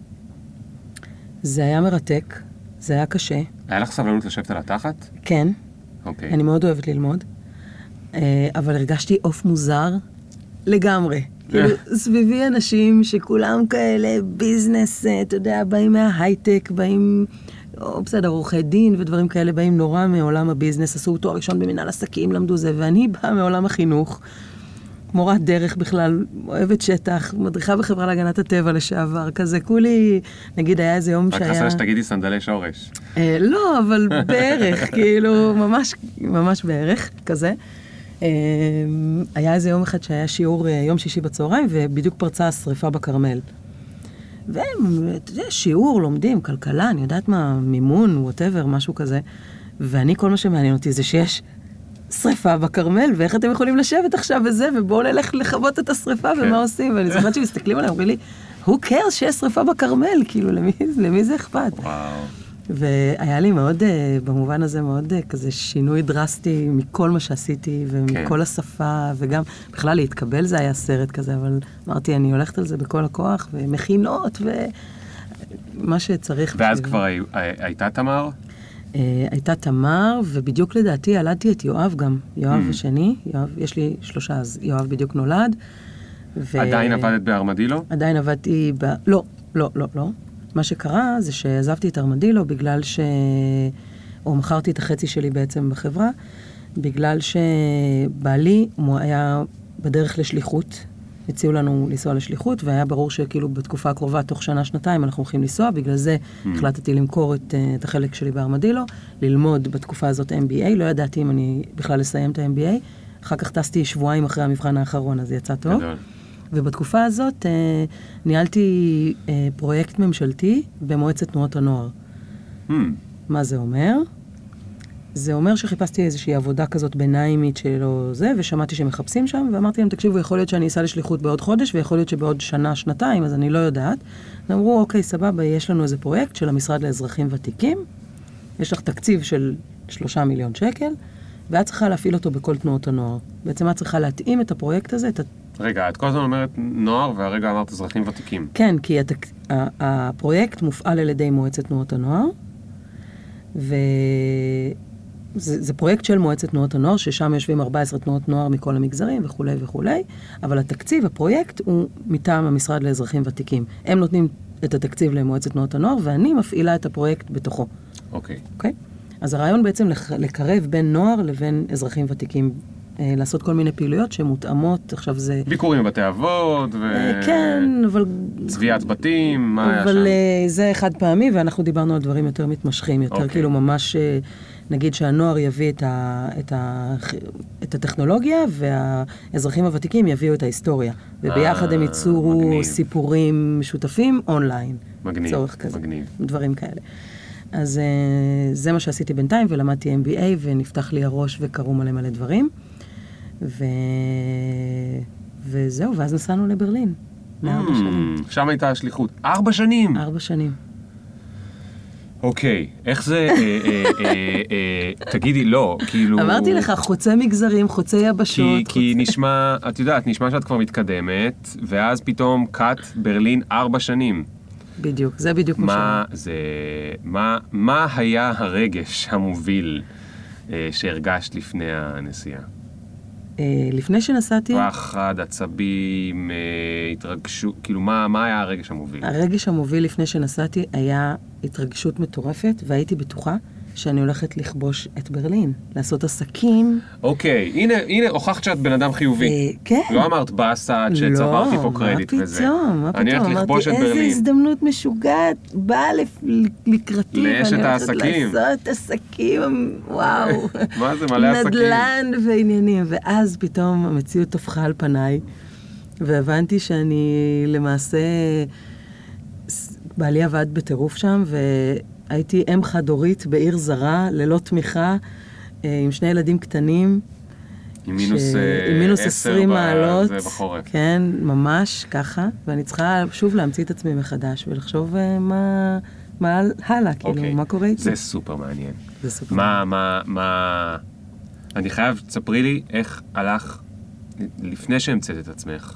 זה היה מרתק, זה היה קשה. היה לך סבלנות לשבת על התחת? כן. אוקיי. אני מאוד אוהבת ללמוד, אבל הרגשתי אוף מוזר לגמרי. כאילו, סביבי אנשים שכולם כאלה ביזנס, אתה יודע, באים מההייטק, באים, בסדר, עורכי דין ודברים כאלה, באים נורא מעולם הביזנס, עשו תואר ראשון במנהל עסקים, למדו זה, ואני באה מעולם החינוך, מורת דרך בכלל, אוהבת שטח, מדריכה בחברה להגנת הטבע לשעבר, כזה כולי, נגיד היה איזה יום שהיה... רק חסר שתגידי סנדלי שורש. לא, אבל בערך, כאילו, ממש בערך, כזה. היה איזה יום אחד שהיה שיעור יום שישי בצהריים, ובדיוק פרצה השריפה בכרמל. והם, אתה יודע, שיעור, לומדים, כלכלה, אני יודעת מה, מימון, whatever, משהו כזה. ואני, כל מה שמעניין אותי זה שיש שריפה בכרמל, ואיך אתם יכולים לשבת עכשיו וזה, ובואו נלך לכבות את השריפה, ומה עושים? ואני זוכרת שמסתכלים עליהם, אומרים לי, who cares שיש שריפה בכרמל? כאילו, למי זה אכפת? וואו. והיה לי מאוד, במובן הזה מאוד כזה שינוי דרסטי מכל מה שעשיתי, ומכל השפה, וגם בכלל להתקבל זה היה סרט כזה, אבל אמרתי, אני הולכת על זה בכל הכוח, ומכינות, ומה שצריך. ואז כבר הייתה תמר? הייתה תמר, ובדיוק לדעתי ילדתי את יואב גם, יואב השני, יואב, יש לי 3, אז יואב בדיוק נולד. עדיין עבדת בארמדילו? עדיין עבדתי לא. מה שקרה זה שעזבתי את ארמדילו בגלל או מכרתי את החצי שלי בעצם בחברה, בגלל שבעלי היה בדרך לשליחות, הציעו לנו לנסוע לשליחות, והיה ברור שכאילו בתקופה הקרובה, תוך שנה-שנתיים, אנחנו הולכים לנסוע, בגלל זה החלטתי למכור את החלק שלי בארמדילו, ללמוד בתקופה הזאת MBA, לא ידעתי אם אני בכלל לסיים את ה-MBA, אחר כך טסתי שבועיים אחרי המבחן האחרון, אז יצא טוב. גדול. ובתקופה הזאת ניהלתי פרויקט ממשלתי במועצת תנועות הנוער. מה זה אומר? זה אומר שחיפשתי איזושהי עבודה כזאת ביניימית שלא זה, ושמעתי שמחפשים שם, ואמרתי להם, תקשיבו, יכול להיות שאני אסע לשליחות בעוד חודש, ויכול להיות שבעוד שנה, שנתיים, אז אני לא יודעת. ואמרו, אוקיי, סבבה, יש לנו איזה פרויקט של המשרד לאזרחים ותיקים, יש לך תקציב של 3 מיליון שקל, ואת צריכה להפעיל אותו בכל תנועות הנוער. בעצם את צריכה להתאים את הפרויקט הזה, רגע, את כל הזמן אומרת נוער, והרגע אמרת אזרחים ותיקים. כן, כי הפרויקט מופעל על ידי מועצת תנועות הנוער, וזה פרויקט של מועצת תנועות הנוער, ששם יושבים 14 תנועות נוער מכל המגזרים וכו' וכו', אבל התקציב, הפרויקט, הוא מטעם המשרד לאזרחים ותיקים. הם נותנים את התקציב למועצת תנועות הנוער, ואני מפעילה את הפרויקט בתוכו. אוקיי. אוקיי? אז הרעיון בעצם לקרב בין נוער לבין אזרחים ותיקים, לעשות כל מיני פעילויות שמותאמות, עכשיו זה... ביקורים בבתי אבות כן, אבל... צביעת בתים, מה היה שם? אבל זה אחד פעמי, ואנחנו דיברנו על דברים יותר מתמשכים, יותר כאילו ממש, נגיד שהנוער יביא את הטכנולוגיה, והאזרחים הוותיקים יביאו את ההיסטוריה. וביחד הם ייצרו סיפורים משותפים אונליין. מגניב, צורך כזה. מגניב. דברים כאלה. אז זה מה שעשיתי בינתיים, ולמדתי MBA, ונפתח לי הראש וקראו מלא דברים. וזהו, ואז נסענו לברלין. 4 שנים. שם הייתה השליחות. 4 שנים? 4 שנים. אוקיי, איך זה... תגידי, לא, כאילו... אמרתי לך, חוצה מגזרים, חוצה יבשות. כי נשמע, את יודעת, נשמע שאת כבר מתקדמת, ואז פתאום קאט ברלין 4 שנים. בדיוק, זה בדיוק מה מה היה הרגש המוביל שהרגשת לפני הנסיעה? לפני שנסעתי... פחד, עצבים, התרגשות, כאילו מה היה הרגש המוביל? הרגש המוביל לפני שנסעתי היה התרגשות מטורפת, והייתי בטוחה שאני הולכת לכבוש את ברלין, לעשות עסקים. אוקיי, הנה, הוכחת שאת בן אדם חיובי. כן. לא אמרת באסה עד שצברתי פה קרדיט וזה. מה פתאום? אני הולך לכבוש את ברלין. איזו הזדמנות משוגעת, באה לקראתי, לאשת העסקים. לעשות עסקים, וואו. מה זה, מלא עסקים. נדל"ן ועניינים, ואז פתאום המציאות תופחה על פניי, והבנתי שאני למעשה, בעלי עבד בטירוף שם, הייתי אם חד-הורית בעיר זרה, ללא תמיכה, עם 2 ילדים קטנים. עם מינוס 20 מעלות. זה בחורף. כן, ממש ככה. ואני צריכה שוב להמציא את עצמי מחדש, ולחשוב מה הלאה, כאילו, מה קורה איתי. זה סופר מעניין. זה סופר מעניין. אני חייב, תספרי לי איך הלך, לפני שהמצאת את עצמך.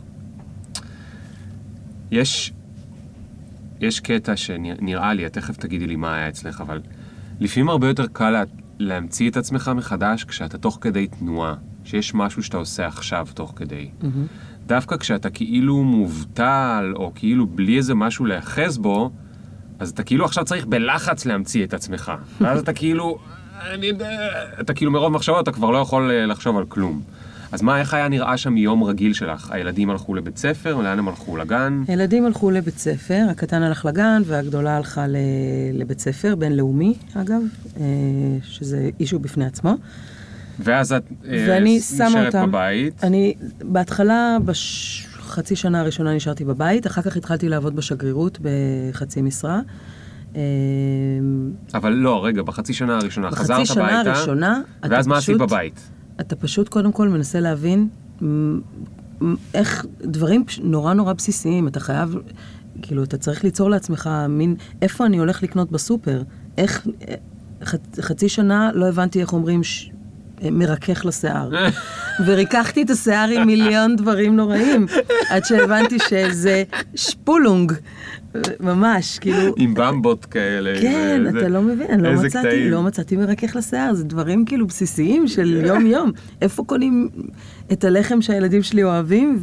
יש קטע שנראה לי, תכף תגידי לי מה היה אצלך, אבל לפעמים הרבה יותר קל להמציא את עצמך מחדש כשאתה תוך כדי תנועה, שיש משהו שאתה עושה עכשיו תוך כדי. דווקא כשאתה כאילו מובטל, או כאילו בלי איזה משהו להיחז בו, אז אתה כאילו עכשיו צריך בלחץ להמציא את עצמך. ואז אתה כאילו, אתה כאילו מרוב מחשבות, אתה כבר לא יכול לחשוב על כלום. אז איך היה נראה שם יום רגיל שלך? הילדים הלכו לבית ספר, לאן הם הלכו? לגן? הילדים הלכו לבית ספר, הקטן הלך לגן, והגדולה הלכה לבית ספר, בינלאומי, אגב, שזה אישו בפני עצמו. ואז את נשארת בבית? אני, בהתחלה, בחצי שנה הראשונה נשארתי בבית, אחר כך התחלתי לעבוד בשגרירות בחצי משרה. אבל לא, רגע, בחצי שנה הראשונה חזרת הביתה, בחצי שנה הראשונה, ואז מה עשית בבית? אתה פשוט קודם כל מנסה להבין איך דברים נורא נורא בסיסיים, אתה חייב, כאילו, אתה צריך ליצור לעצמך מין, איפה אני הולך לקנות בסופר? איך, חצי שנה לא הבנתי איך אומרים מרכך לשיער. וריקחתי את השיער עם מיליון דברים נוראים, עד שהבנתי שזה שפולונג. ממש, כאילו... עם במבות כאלה. כן, אתה לא מבין, לא מצאתי מרכך לשיער, זה דברים כאילו בסיסיים של יום-יום. איפה קונים את הלחם שהילדים שלי אוהבים,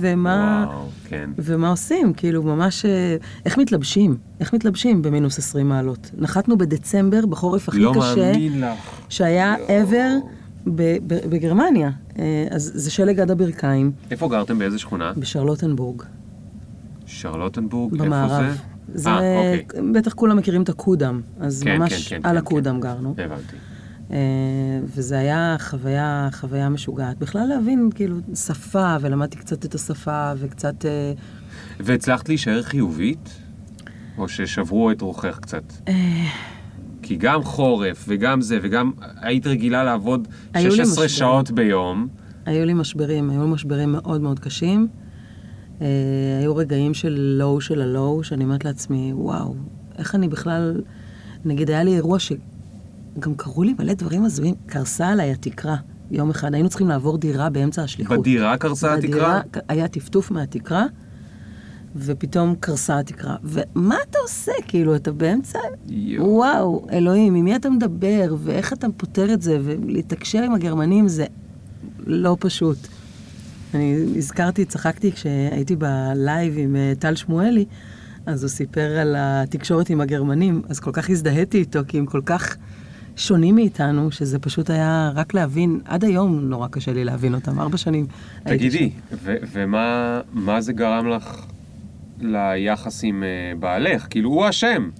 ומה עושים? כאילו, ממש... איך מתלבשים במינוס 20 מעלות? נחתנו בדצמבר, בחורף הכי קשה, שהיה ever בגרמניה. אז זה שלג עד הברכיים. איפה גרתם? באיזה שכונה? בשרלוטנבורג. שרלוטנבורג? במערב. איפה זה? זה, בטח כולם מכירים את הקודם, אז ממש על הקודם גרנו. הבנתי. וזה היה חוויה משוגעת. בכלל להבין, כאילו, שפה, ולמדתי קצת את השפה, וקצת... והצלחת להישאר חיובית? או ששברו את רוחך קצת? כי גם חורף, וגם זה, וגם היית רגילה לעבוד 16 שעות ביום. היו לי משברים מאוד מאוד קשים. היו רגעים של לואו של הלואו, שאני אומרת לעצמי, וואו, איך אני בכלל... נגיד, היה לי אירוע שגם קראו לי מלא דברים הזויים, קרסה עליי התקרה. יום אחד, היינו צריכים לעבור דירה באמצע השליחות. בדירה קרסה התקרה? היה טפטוף מהתקרה, ופתאום קרסה התקרה. ומה אתה עושה? כאילו, אתה באמצע... וואו, אלוהים, עם מי אתה מדבר, ואיך אתה פותר את זה, ולהתקשר עם הגרמנים זה לא פשוט. אני הזכרתי, צחקתי כשהייתי בלייב עם טל שמואלי, אז הוא סיפר על התקשורת עם הגרמנים, אז כל כך הזדהיתי איתו, כי הם כל כך שונים מאיתנו, שזה פשוט היה רק להבין, עד היום נורא קשה לי להבין אותם, 4 שנים. תגידי, ומה זה גרם לך ליחס עם בעלך? כאילו, הוא השם.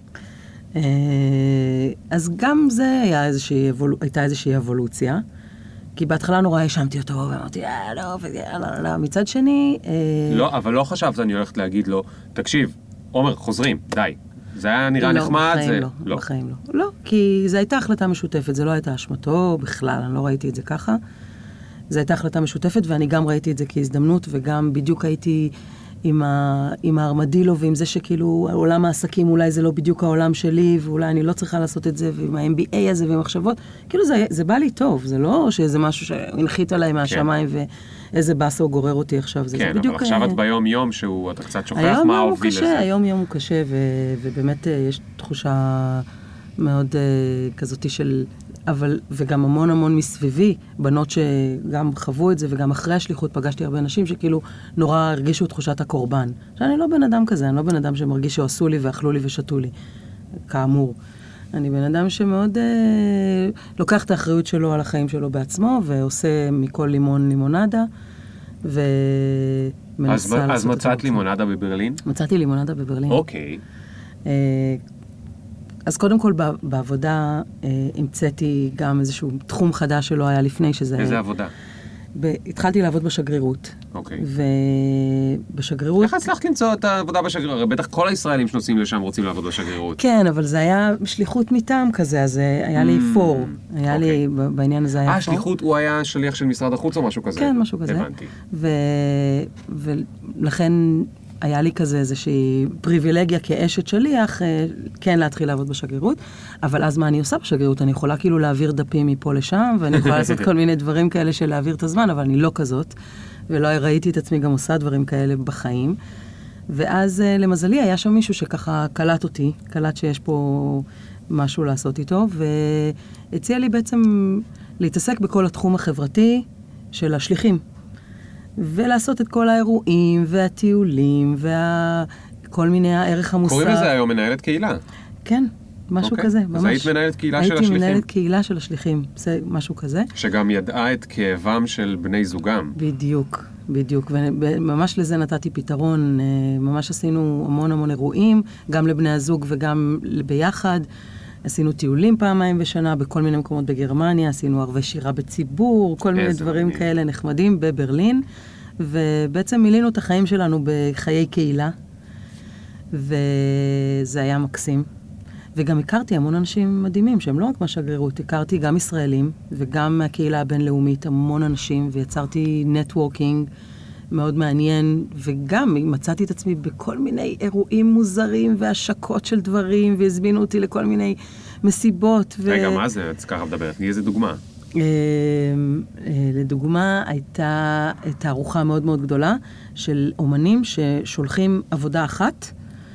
אז גם זה הייתה איזושהי אבולוציה, כי בהתחלה נורא האשמתי אותו, ואמרתי, לא, מצד שני... לא, אבל לא חשבת, אני הולכת להגיד לו, תקשיב, עומר, חוזרים, די. זה היה נראה נחמד, זה... לא, בחיים לא. לא, כי זו הייתה החלטה משותפת, זה לא הייתה אשמתו בכלל, אני לא ראיתי את זה ככה. זו הייתה החלטה משותפת, ואני גם ראיתי את זה כהזדמנות, וגם בדיוק הייתי עם הארמדילו, ועם זה שכאילו, עולם העסקים אולי זה לא בדיוק העולם שלי, ואולי אני לא צריכה לעשות את זה, ועם ה-MBA הזה, ועם מחשבות, כאילו זה בא לי טוב, זה לא שזה משהו שהנחית עליי מהשמיים, ואיזה באסה הוא גורר אותי עכשיו. כן, אבל עכשיו את ביום יום, אתה קצת שוכח מה הוביל לזה. היום יום הוא קשה, ובאמת יש תחושה מאוד כזאתי של... וגם המון המון מסביבי, בנות שגם חוו את זה, וגם אחרי השליחות פגשתי הרבה אנשים שכאילו נורא הרגישו את תחושת הקורבן. שאני לא בן אדם כזה, אני לא בן אדם שמרגיש שעשו לי ואכלו לי ושתו לי, כאמור. אני בן אדם שמאוד לוקח את האחריות שלו על החיים שלו בעצמו, ועושה מכל לימון לימונדה, ומנסה לעשות... אז מצאת לימונדה בברלין? מצאתי לימונדה בברלין. אוקיי. אז קודם כל בעבודה המצאתי גם איזשהו תחום חדש שלא היה לפני, שזה... איזה עבודה? התחלתי לעבוד בשגרירות. אוקיי. ובשגרירות... איך הצלחת למצוא את העבודה בשגרירות? בטח כל הישראלים שנוסעים לשם רוצים לעבוד בשגרירות. כן, אבל זה היה שליחות מטעם כזה, אז היה לי פור. היה לי, בעניין הזה היה פור. שליחות, הוא היה שליח של משרד החוץ או משהו כזה? כן, משהו כזה. הבנתי. ולכן היה לי כזה איזושהי פריבילגיה כאשת שליח, כן להתחיל לעבוד בשגרירות, אבל אז מה אני עושה בשגרירות? אני יכולה כאילו להעביר דפים מפה לשם, ואני יכולה לעשות כל מיני דברים כאלה של להעביר את הזמן, אבל אני לא כזאת, ולא ראיתי את עצמי גם עושה דברים כאלה בחיים. ואז למזלי היה שם מישהו שככה קלט אותי, קלט שיש פה משהו לעשות איתו, והציע לי בעצם להתעסק בכל התחום החברתי של השליחים. ולעשות את כל האירועים והטיולים וכל מיני הערך המוסף. קוראים לזה היום מנהלת קהילה. כן, משהו כזה. אז היית מנהלת קהילה של השליחים. הייתי מנהלת קהילה של השליחים, זה משהו כזה. שגם ידעה את כאבם של בני זוגם. בדיוק, בדיוק. וממש לזה נתתי פתרון. ממש עשינו המון המון אירועים, גם לבני הזוג וגם ביחד. עשינו טיולים פעמיים בשנה בכל מיני מקומות בגרמניה, עשינו ערבי שירה בציבור, כל מיני דברים כאלה נחמדים בברלין, ובעצם מילינו את החיים שלנו בחיי קהילה, וזה היה מקסים. וגם הכרתי המון אנשים מדהימים, שהם לא רק מהשגרירות, הכרתי גם ישראלים, וגם מהקהילה הבינלאומית, המון אנשים, ויצרתי נטוורקינג מאוד מעניין, וגם מצאתי את עצמי בכל מיני אירועים מוזרים והשקות של דברים, והזמינו אותי לכל מיני מסיבות. רגע, מה זה? את ככה מדברת. תני איזה דוגמה. לדוגמה, הייתה תערוכה מאוד מאוד גדולה של אומנים ששולחים עבודה אחת,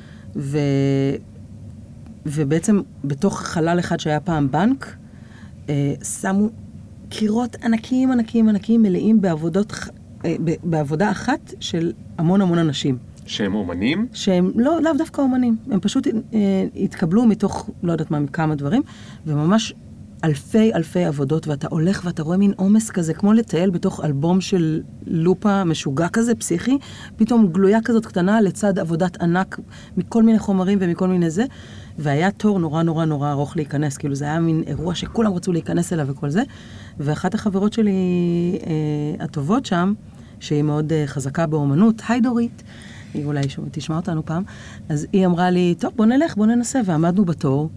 ובעצם בתוך חלל אחד שהיה פעם בנק, שמו קירות ענקיים, ענקיים, ענקיים, מלאים בעבודה אחת של המון המון אנשים. שהם אומנים? שהם לאו דווקא אומנים. הם פשוט התקבלו מתוך, לא יודעת מה, מכמה דברים, וממש אלפי עבודות, ואתה הולך ואתה רואה מין עומס כזה, כמו לטייל בתוך אלבום של לופה משוגע כזה, פסיכי, פתאום גלויה כזאת קטנה לצד עבודת ענק מכל מיני חומרים ומכל מיני זה, והיה תור נורא נורא נורא ארוך להיכנס, כאילו זה היה מין אירוע שכולם רצו להיכנס אליו וכל זה, ואחת החברות שלי הטובות שם, שהיא מאוד חזקה באומנות, היי דורית, היא אולי תשמע אותנו פעם, אז היא אמרה לי, טוב בוא נלך, בוא ננסה, ועמדנו בתור,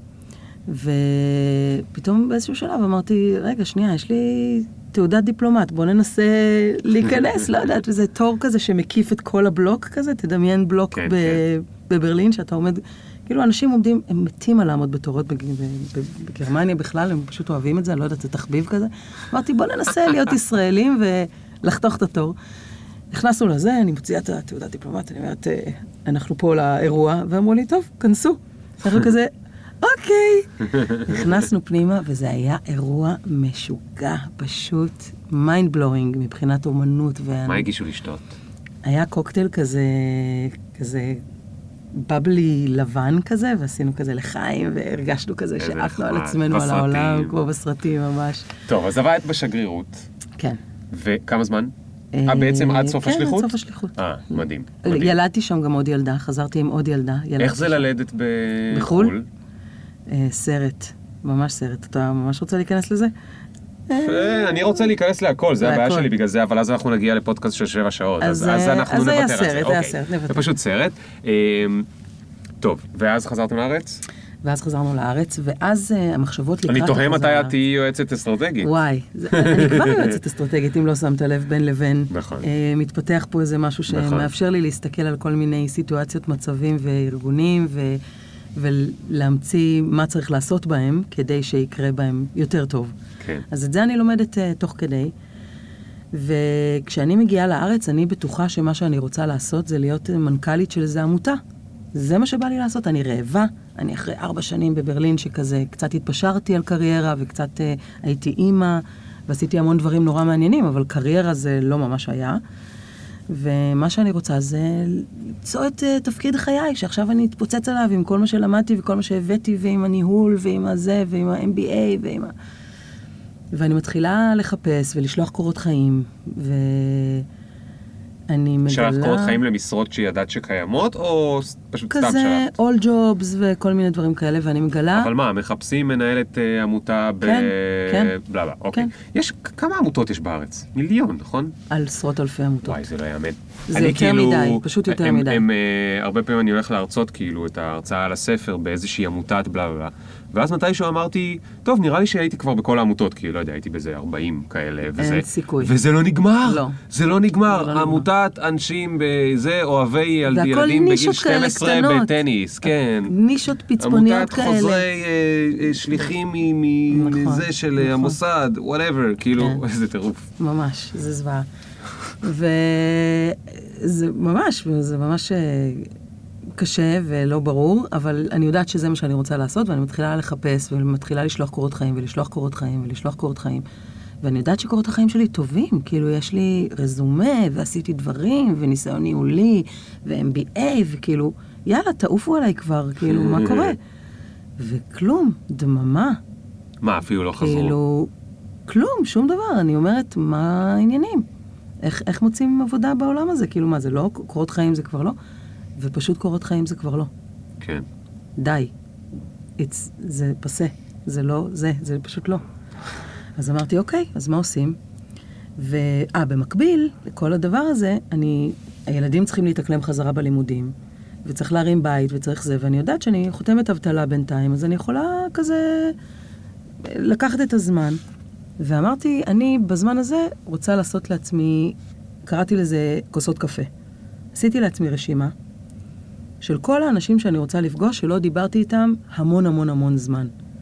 ופתאום באיזשהו שלב אמרתי, רגע, שנייה, יש לי תעודת דיפלומט, בוא ננסה להיכנס, לא יודעת, וזה תור כזה שמקיף את כל הבלוק כזה, תדמיין בלוק בברלין, שאתה עומד, כאילו אנשים עומדים, הם מתים על לעמוד בתורות בגרמניה בכלל, הם פשוט אוהבים את זה, אני לא יודעת, זה תחביב כזה. אמרתי, בוא ננסה להיות ישראלים ולחתוך את התור. נכנסנו לזה, אני מוציאה את התעודת דיפלומט, אני אומרת, אנחנו פה לאירוע, ואמרו לי, טוב, כנסו. אנחנו כזה, אוקיי. נכנסנו פנימה, וזה היה אירוע משוגע, פשוט mind blowing מבחינת אומנות. מה הגישו לשתות? היה קוקטייל כזה בבלי לבן כזה, ועשינו כזה לחיים, והרגשנו כזה שעפנו על עצמנו על העולם, כמו בסרטים ממש. טוב, אז עבדת בשגרירות. כן. וכמה זמן? בעצם עד סוף השליחות? כן, עד סוף השליחות. מדהים. ילדתי שם גם עוד ילדה, חזרתי עם עוד ילדה. איך זה ללדת בחו"ל? סרט, ממש סרט. אתה ממש רוצה להיכנס לזה? אני רוצה להיכנס להכל, זה הבעיה שלי בגלל זה, אבל אז אנחנו נגיע לפודקאסט של 7 שעות, אז אנחנו נוותר על זה. אז היה סרט, זה פשוט סרט. טוב, ואז חזרתם לארץ? ואז חזרנו לארץ, ואז המחשבות לקראת... אני תוהה מתי את תהיי יועצת אסטרטגית. וואי, אני כבר יועצת אסטרטגית, אם לא שמת לב בין לבין. נכון. מתפתח פה איזה משהו שמאפשר לי להסתכל על כל מיני סיטואציות, מצבים וארגונים, ולהמציא מה צריך לעשות בהם, כדי שיקרה בהם יותר טוב. כן. אז את זה אני לומדת תוך כדי. וכשאני מגיעה לארץ, אני בטוחה שמה שאני רוצה לעשות זה להיות מנכ"לית של איזו עמותה. זה מה שבא לי לעשות. אני רעבה. אני אחרי 4 שנים בברלין שכזה קצת התפשרתי על קריירה, וקצת הייתי אימא, ועשיתי המון דברים נורא מעניינים, אבל קריירה זה לא ממש היה. ומה שאני רוצה זה למצוא את תפקיד חיי, שעכשיו אני אתפוצץ עליו עם כל מה שלמדתי וכל מה שהבאתי, ועם הניהול, ועם הזה, ועם ה-MBA, ואני מתחילה לחפש ולשלוח קורות חיים, ואני מגלה... שלחת קורות חיים למשרות שידעת שקיימות, או פשוט סתם שלחת? כזה, all jobs וכל מיני דברים כאלה, ואני מגלה... אבל מה, מחפשים מנהלת עמותה בלה בלה, אוקיי. יש, כמה עמותות יש בארץ? מיליון, נכון? על עשרות אלפי עמותות. וואי, זה לא יאמן. זה יותר מדי, פשוט יותר מדי. הרבה פעמים אני הולך להרצות כאילו את ההרצאה על הספר באיזושהי עמותת בלה בלה, ואז מתישהו אמרתי, טוב, נראה לי שהייתי כבר בכל העמותות, כי לא יודע, הייתי בזה 40 כאלה, אין סיכוי. וזה לא נגמר. לא. זה לא נגמר. עמותת אנשים בזה, אוהבי ילדים בגיל 12 בטניס, כן. נישות פצפוניות כאלה. עמותת חוזרי שליחים מזה של המוסד, whatever, כאילו, איזה טירוף. ממש, זה זוועה. וזה ממש קשה ולא ברור, אבל אני יודעת שזה מה שאני רוצה לעשות, ואני מתחילה לחפש, ומתחילה לשלוח קורות חיים, ולשלוח קורות חיים, ולשלוח קורות חיים. ואני יודעת שקורות החיים שלי טובים, כאילו יש לי רזומה, ועשיתי דברים, וניסיון ניהולי, ו-MBA, וכאילו, יאללה, תעופו עליי כבר, כאילו, מה קורה? וכלום, דממה. מה, אפילו לא חזרו? כאילו, כלום, שום דבר. אני אומרת, מה העניינים? איך מוצאים עבודה בעולם הזה? כאילו, מה, זה לא? קורות חיים זה כבר לא? ופשוט קורות חיים זה כבר לא. כן. די. זה פסה. זה לא, זה פשוט לא. אז אמרתי, אוקיי, אז מה עושים? במקביל, לכל הדבר הזה, הילדים צריכים להתאקלם חזרה בלימודים, וצריך להרים בית, וצריך זה, ואני יודעת שאני חותמת אבטלה בינתיים, אז אני יכולה כזה לקחת את הזמן. ואמרתי, אני בזמן הזה רוצה לעשות לעצמי, קראתי לזה כוסות קפה. עשיתי לעצמי רשימה של כל האנשים שאני רוצה לפגוש, שלא דיברתי איתם המון המון המון זמן.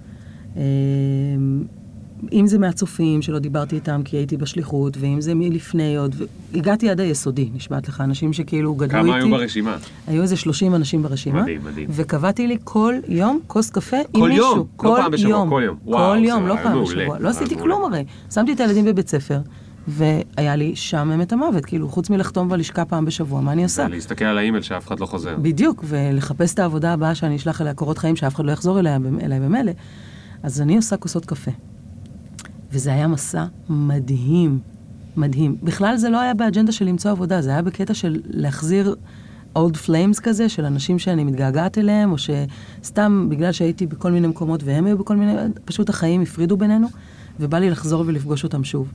אם זה מהצופים שלא דיברתי איתם כי הייתי בשליחות, ואם זה מלפני עוד, הגעתי עד היסודי, נשבעת לך, אנשים שכאילו גדלו איתי. כמה היו ברשימה? היו איזה 30 אנשים ברשימה. מדהים, מדהים. וקבעתי לי כל יום כוס קפה עם מישהו. כל יום? לא פעם בשבוע, כל יום. כל יום, לא פעם בשבוע. לא עשיתי כלום הרי. שמתי את הילדים בבית ספר, והיה לי שם את המוות, כאילו, חוץ מלחתום בלשכה פעם בשבוע, מה אני עושה? ולהסתכל על האימייל שאף אחד לא חוזר. בדיוק, ולחפש את העבודה הבאה שאני אשלח אליה קורות חיים, שאף אחד לא יחזור אליי במילא. אז אני עושה כוסות קפה. וזה היה מסע מדהים, מדהים. בכלל זה לא היה באג'נדה של למצוא עבודה, זה היה בקטע של להחזיר old flames כזה, של אנשים שאני מתגעגעת אליהם, או שסתם בגלל שהייתי בכל מיני מקומות, והם היו בכל מיני, פשוט החיים הפרידו בינינו, ובא לי לחזור ולפגוש אותם שוב.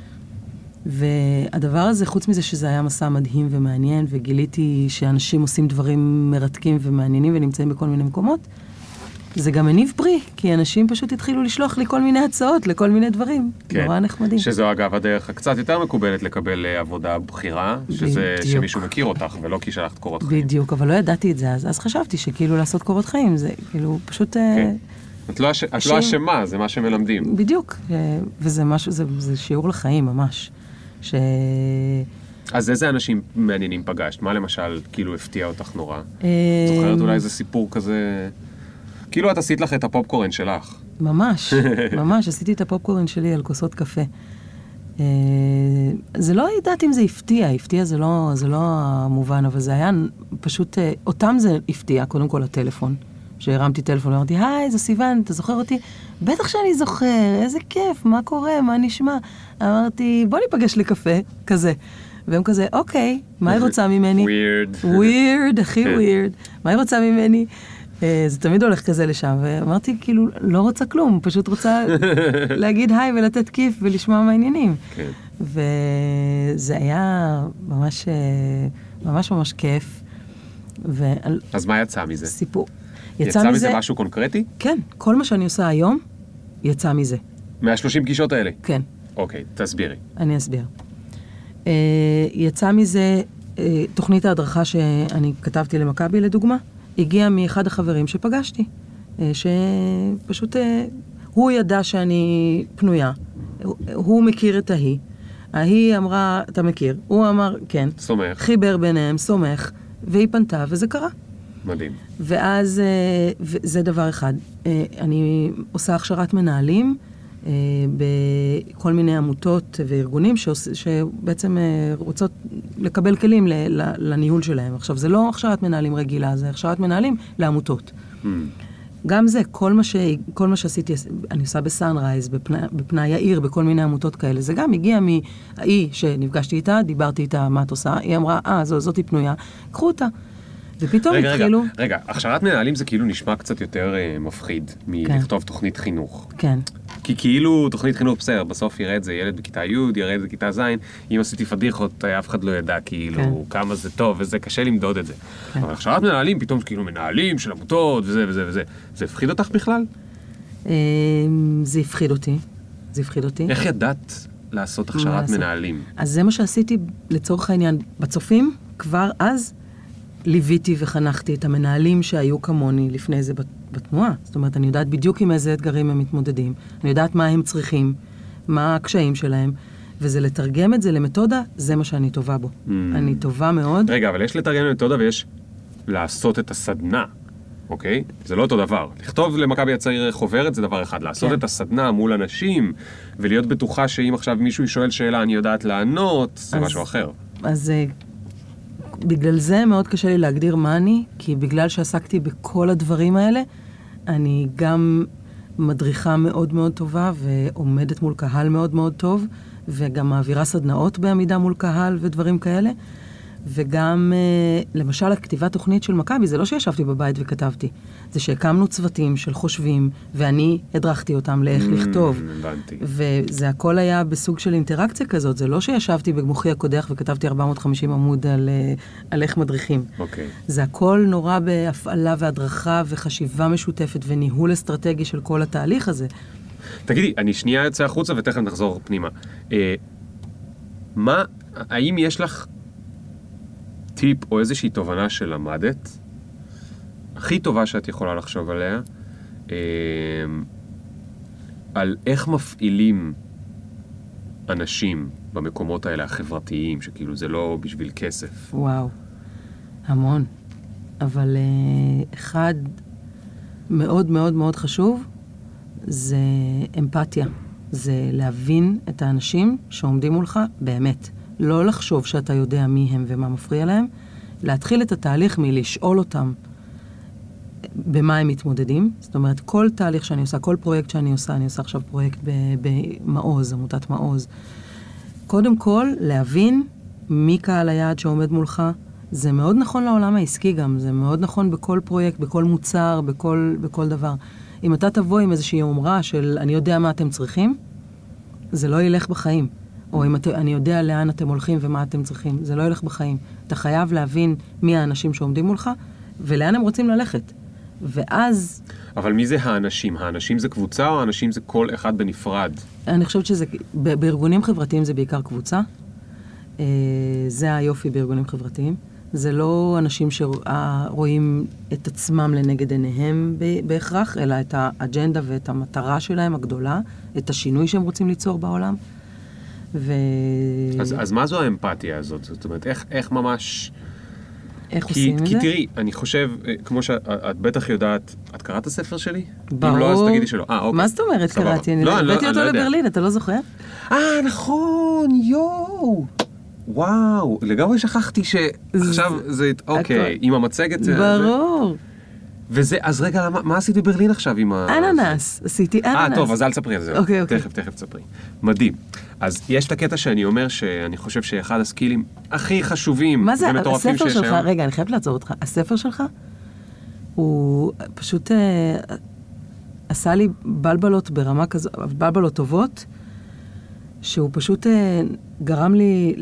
והדבר הזה, חוץ מזה שזה היה מסע מדהים ומעניין, וגיליתי שאנשים עושים דברים מרתקים ומעניינים, ונמצאים בכל מיני מקומות, זה גם מניב פרי, כי אנשים פשוט התחילו לשלוח לי כל מיני הצעות לכל מיני דברים. כן. נורא נחמדים. שזו אגב הדרך הקצת יותר מקובלת לקבל עבודה בחירה, שזה שמישהו מכיר אותך, ולא כי שלחת קורות חיים. בדיוק, אבל לא ידעתי את זה, אז חשבתי שכאילו לעשות קורות חיים, זה כאילו פשוט... כן. את לא אשמה, זה מה שמלמדים. בדיוק, וזה משהו, זה שיעור לחיים ממש. אז איזה אנשים מעניינים פגשת? מה למשל כאילו הפתיע אותך נורא? זוכרת אולי איזה סיפור כזה... כאילו את עשית לך את הפופקורן שלך. ממש, ממש, עשיתי את הפופקורן שלי על כוסות קפה. זה לא ידעת אם זה הפתיע זה לא המובן, אבל זה היה פשוט, אותם זה הפתיע, קודם כל הטלפון. שהרמתי טלפון ואמרתי, היי, זה סיוון, אתה זוכר אותי? בטח שאני זוכר, איזה כיף, מה קורה, מה נשמע? אמרתי, בוא ניפגש לקפה, כזה. והם כזה, אוקיי, מה היא רוצה ממני? ווירד, הכי ווירד. מה היא רוצה ממני? זה תמיד הולך כזה לשם, ואמרתי, כאילו, לא רוצה כלום, פשוט רוצה להגיד היי ולתת כיף ולשמוע מהעניינים. כן. וזה היה ממש, ממש ממש כיף. אז מה יצא מזה? סיפור. יצא מזה משהו קונקרטי? כן, כל מה שאני עושה היום, יצא מזה. 130 פגישות האלה? כן. אוקיי, תסבירי. אני אסביר. יצא מזה תוכנית ההדרכה שאני כתבתי למכבי לדוגמה, הגיע מאחד החברים שפגשתי, שפשוט הוא ידע שאני פנויה, הוא מכיר את ההיא אמרה, אתה מכיר, הוא אמר, כן. סומך. חיבר ביניהם, סומך, והיא פנתה, וזה קרה. מדהים. ואז, זה דבר אחד, אני עושה הכשרת מנהלים, בכל מיני עמותות וארגונים שבעצם רוצות לקבל כלים לניהול שלהם. עכשיו, זה לא הכשרת מנהלים רגילה, זה הכשרת מנהלים לעמותות. גם זה, כל מה שעשיתי, אני עושה בסאנרייז, בפנאי העיר, בכל מיני עמותות כאלה, זה גם הגיע מהאי שנפגשתי איתה, דיברתי איתה מה את עושה, היא אמרה, זאתי פנויה, קחו אותה. ופתאום התחילו... רגע, הכשרת מנהלים זה כאילו נשמע קצת יותר מפחיד מלכתוב תוכנית חינוך. כן. כי כאילו תוכנית חינוך בסדר, בסוף יראה את זה ילד בכיתה י', יראה את זה בכיתה ז', אם עשיתי פדיחות, אף אחד לא ידע כאילו כמה זה טוב, וזה קשה למדוד את זה. אבל הכשרת מנהלים, פתאום כאילו מנהלים של עמותות וזה וזה וזה. זה הפחיד אותך בכלל? זה הפחיד אותי. איך ידעת לעשות הכשרת מנהלים? אז זה מה שעשיתי לצורך העניין בצופים, כבר אז ליוויתי וחנכתי את המנהלים שהיו כמוני לפני זה בתנועה. זאת אומרת, אני יודעת בדיוק עם איזה אתגרים הם מתמודדים. אני יודעת מה הם צריכים, מה הקשיים שלהם, וזה לתרגם את זה למתודה, זה מה שאני טובה בו. אני טובה מאוד. רגע, אבל יש לתרגם למתודה ויש לעשות את הסדנה, אוקיי? זה לא אותו דבר. לכתוב למכבי הצעיר חוברת זה דבר אחד. לעשות את הסדנה מול אנשים, ולהיות בטוחה שאם עכשיו מישהו שואל שאלה, אני יודעת לענות, זה משהו אחר. אז בגלל זה מאוד קשה לי להגדיר מה אני, כי בגלל שעסקתי בכל הדברים האלה, אני גם מדריכה מאוד מאוד טובה, ועומדת מול קהל מאוד מאוד טוב, וגם מעבירה סדנאות בעמידה מול קהל ודברים כאלה, וגם, למשל, הכתיבת תוכנית של מכבי, זה לא שישבתי בבית וכתבתי, זה שהקמנו צוותים של חושבים, ואני הדרכתי אותם לאיך לכתוב. וזה הכל היה בסוג של אינטראקציה כזאת, זה לא שישבתי בגמוחי הקודח וכתבתי 450 עמוד על איך מדריכים. זה הכל נורא בהפעלה והדרכה וחשיבה משותפת וניהול אסטרטגי של כל התהליך הזה. תגידי, אני שנייה יוצא החוצה ותכף נחזור פנימה. האם יש לך טיפ או איזושהי תובנה שלמדת, הכי טובה שאת יכולה לחשוב עליה, על איך מפעילים אנשים במקומות האלה החברתיים, שכאילו זה לא בשביל כסף? וואו, המון. אבל אחד מאוד מאוד מאוד חשוב, זה אמפתיה. זה להבין את האנשים שעומדים מולך באמת. לא לחשוב שאתה יודע מי הם ומה מפריע להם, להתחיל את התהליך מלשאול אותם במה הם מתמודדים. זאת אומרת, כל תהליך שאני עושה, כל פרויקט שאני עושה, אני עושה עכשיו פרויקט במעוז, עמותת מעוז. קודם כל, להבין מי קהל היעד שעומד מולך. זה מאוד נכון לעולם העסקי גם, זה מאוד נכון בכל פרויקט, בכל מוצר, בכל דבר. אם אתה תבוא עם איזושהי אומרה של אני יודע מה אתם צריכים, זה לא ילך בחיים. או אם אני יודע לאן אתם הולכים ומה אתם צריכים, זה לא ילך בחיים. אתה חייב להבין מי האנשים שעומדים מולך, ולאן הם רוצים ללכת. ואז... אבל מי זה האנשים? האנשים זה קבוצה או האנשים זה כל אחד בנפרד? אני חושבת שזה... בארגונים חברתיים זה בעיקר קבוצה. זה היופי בארגונים חברתיים. זה לא אנשים שרואים את עצמם לנגד עיניהם בהכרח, אלא את האג'נדה ואת המטרה שלהם הגדולה, את השינוי שהם רוצים ליצור בעולם. אז מה זו האמפתיה הזאת? זאת אומרת, איך ממש... איך עושים את זה? כי תראי, אני חושב, כמו שאת בטח יודעת, את קראת את הספר שלי? ברור. אם לא, אז תגידי שלא. אוקיי. מה זאת אומרת קראתי? אני הבאתי אותו לברלין, אתה לא זוכר? נכון, יואו. וואו, לגמרי שכחתי שעכשיו זה... אוקיי, עם המצגת... ברור. וזה, אז רגע, מה עשית בברלין עכשיו עם ה... אננס, עשיתי אננס. טוב, אז אל תספרי על זה. אוקיי. תכף תספרי. מדהים. אז יש את הקטע שאני אומר שאני חושב שאחד הסקילים הכי חשובים ומטורפים שיש היום. רגע, אני חייבת לעצור אותך. הספר שלך, הוא פשוט עשה לי בלבלות ברמה כזו, בלבלות טובות, שהוא פשוט גרם לי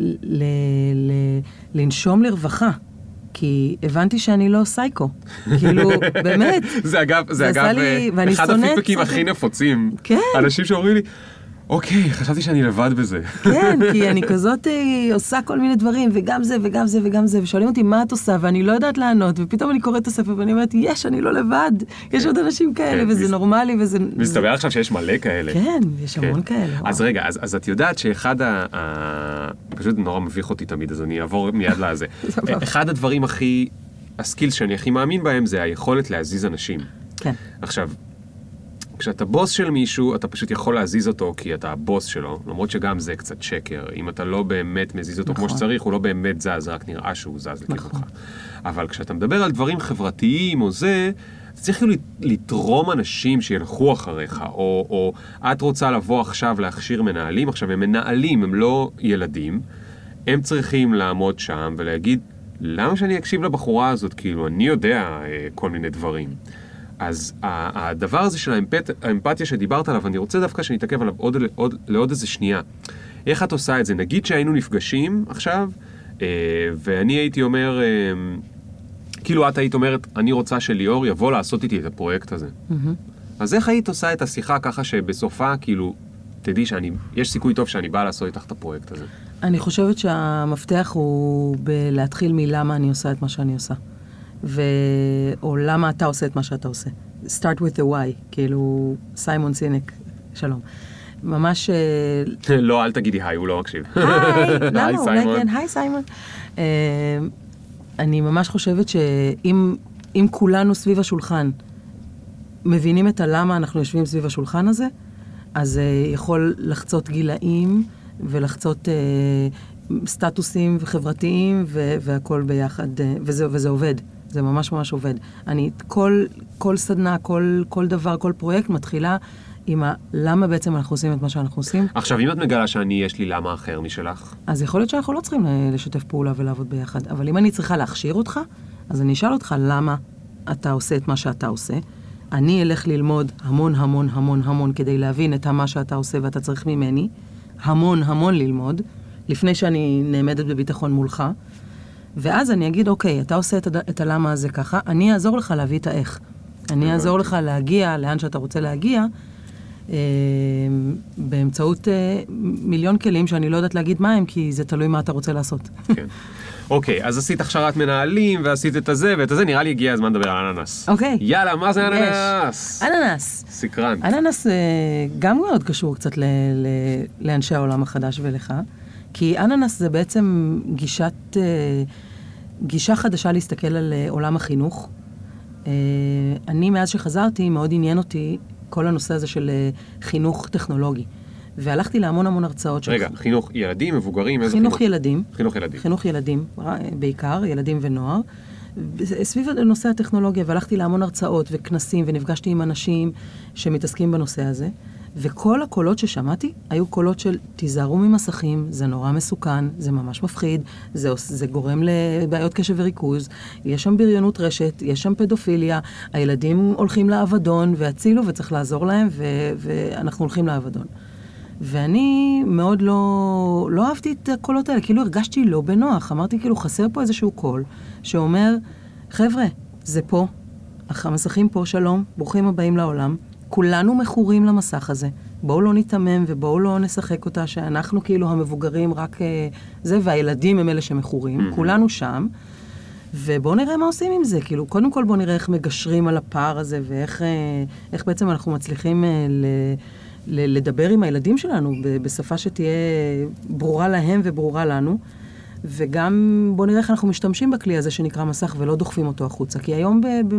לנשום לרווחה. כי הבנתי שאני לא סייקו. כאילו, באמת. זה אגב, אחד הפידבקים הכי נפוצים. כן. אנשים שאומרים לי, אוקיי, חשבתי שאני לבד בזה. כן, כי אני כזאת עושה כל מיני דברים, וגם זה, וגם זה, וגם זה, ושואלים אותי מה את עושה, ואני לא יודעת לענות, ופתאום אני קוראת את הספר, ואני אומרת, אני לא לבד, יש עוד אנשים כאלה, וזה נורמלי, וזה... מסתבר עכשיו שיש מלא כאלה. כן, יש המון כאלה. אז רגע, אז את יודעת שאחד פשוט נורא מביך אותי תמיד, אז אני אעבור מיד לזה. אחד הדברים הסקילס שאני הכי מאמין בהם, זה היכולת להזיז אנשים. כן. עכשיו, כשאתה בוס של מישהו, אתה פשוט יכול להזיז אותו כי אתה הבוס שלו, למרות שגם זה קצת שקר. אם אתה לא באמת מזיז אותו כמו שצריך, הוא לא באמת זז, רק נראה שהוא זז לכיוונך. אבל כשאתה מדבר על דברים חברתיים או זה, צריך לתרום אנשים שילכו אחריך, או את רוצה לבוא עכשיו להכשיר מנהלים, עכשיו הם מנהלים, הם לא ילדים, הם צריכים לעמוד שם ולהגיד, למה שאני אקשיב לבחורה הזאת? כאילו, אני יודע כל מיני דברים. אז הדבר הזה של האמפתיה שדיברת עליו, אני רוצה דווקא שנתעכב עליו לעוד איזה שנייה. איך את עושה את זה? נגיד שהיינו נפגשים עכשיו, ואני הייתי אומר, כאילו את היית אומרת, אני רוצה שליאור יבוא לעשות איתי את הפרויקט הזה. אז איך היית עושה את השיחה ככה שבסופה, כאילו, תדעי יש סיכוי טוב שאני באה לעשות איתך את הפרויקט הזה? אני חושבת שהמפתח הוא בלהתחיל מלמה אני עושה את מה שאני עושה. או למה אתה עושה את מה שאתה עושה. Start with the why, כאילו, סיימון סינק, שלום. ממש... לא, אל תגידי היי, הוא לא מקשיב. היי, למה? אולי כן, היי סיימון. אני ממש חושבת שאם כולנו סביב השולחן מבינים את הלמה אנחנו יושבים סביב השולחן הזה, אז יכול לחצות גילאים ולחצות סטטוסים וחברתיים והכל ביחד, וזה עובד. זה ממש ממש עובד. כל סדנה, כל דבר, כל פרויקט מתחילה עם למה בעצם אנחנו עושים את מה שאנחנו עושים. עכשיו, אם את מגלה יש לי למה אחר משלך? אז יכול להיות שאנחנו לא צריכים לשתף פעולה ולעבוד ביחד. אבל אם אני צריכה להכשיר אותך, אז אני אשאל אותך למה אתה עושה את מה שאתה עושה. אני אלך ללמוד המון המון המון המון כדי להבין את מה שאתה עושה ואתה צריך ממני. המון המון ללמוד, לפני שאני נעמדת בביטחון מולך. ואז אני אגיד, אוקיי, אתה עושה את הלמה הזה ככה, אני אעזור לך להביא את האיך. אני אעזור לך להגיע לאן שאתה רוצה להגיע, באמצעות מיליון כלים שאני לא יודעת להגיד מה הם, כי זה תלוי מה אתה רוצה לעשות. כן. אוקיי, אז עשית הכשרת מנהלים, ועשית את הזה, ואת הזה נראה לי הגיע הזמן לדבר על אננס. אוקיי. יאללה, מה זה אננס? אננס. סקרן. אננס גם מאוד קשור קצת לאנשי העולם החדש ולך, כי אננס זה בעצם גישה חדשה להסתכל על עולם החינוך. אני מאז שחזרתי, מאוד עניין אותי כל הנושא הזה של חינוך טכנולוגי. והלכתי להמון המון הרצאות. רגע, חינוך ילדים, מבוגרים, איזה חינוך ילדים. חינוך ילדים. חינוך ילדים, בעיקר, ילדים ונוער. סביב נושא הטכנולוגיה, והלכתי להמון הרצאות וכנסים, ונפגשתי עם אנשים שמתעסקים בנושא הזה. וכל הקולות ששמעתי היו קולות של תיזהרו ממסכים, זה נורא מסוכן, זה ממש מפחיד, זה גורם לבעיות קשב וריכוז, יש שם בריונות רשת, יש שם פדופיליה, הילדים הולכים לאבדון והצילו וצריך לעזור להם ואנחנו הולכים לאבדון. ואני מאוד לא אהבתי את הקולות האלה, כאילו הרגשתי לא בנוח, אמרתי כאילו חסר פה איזשהו קול שאומר, חבר'ה, זה פה, המסכים פה, שלום, ברוכים הבאים לעולם, כולנו מכורים למסך הזה. בואו לא נתמם ובואו לא נשחק אותה שאנחנו כאילו המבוגרים רק זה, והילדים הם אלה שמכורים. כולנו שם. ובואו נראה מה עושים עם זה. כאילו, קודם כל בואו נראה איך מגשרים על הפער הזה, ואיך בעצם אנחנו מצליחים לדבר עם הילדים שלנו בשפה שתהיה ברורה להם וברורה לנו. וגם בוא נראה איך אנחנו משתמשים בכלי הזה שנקרא מסך ולא דוחפים אותו החוצה. כי היום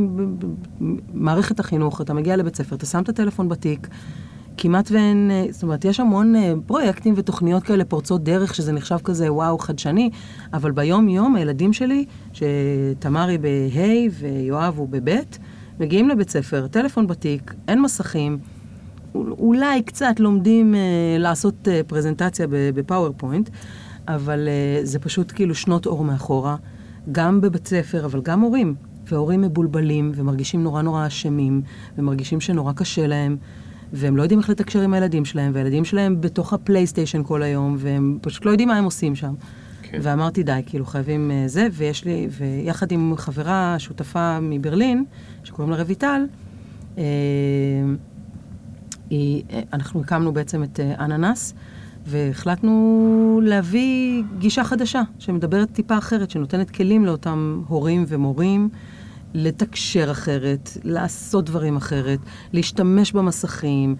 במערכת החינוך, אתה מגיע לבית ספר, אתה שם את הטלפון בתיק, כמעט ואין, זאת אומרת, יש המון פרויקטים ותוכניות כאלה פורצות דרך, שזה נחשב כזה וואו חדשני, אבל ביום יום הילדים שלי, שתמרי בהיי ויואב הוא בבית, מגיעים לבית ספר, טלפון בתיק, אין מסכים, אולי קצת לומדים לעשות פרזנטציה בפאורפוינט, אבל זה פשוט כאילו שנות אור מאחורה, גם בבית ספר, אבל גם הורים. והורים מבולבלים ומרגישים נורא נורא אשמים, ומרגישים שנורא קשה להם, והם לא יודעים איך לתקשר עם הילדים שלהם, והילדים שלהם בתוך הפלייסטיישן כל היום, והם פשוט לא יודעים מה הם עושים שם. כן. ואמרתי די, כאילו חייבים זה, ויחד עם חברה שותפה מברלין, שקוראים לה רויטל, אנחנו הקמנו בעצם את אננס, והחלטנו להביא גישה חדשה, שמדברת טיפה אחרת, שנותנת כלים לאותם הורים ומורים, לתקשר אחרת, לעשות דברים אחרת, להשתמש במסכים,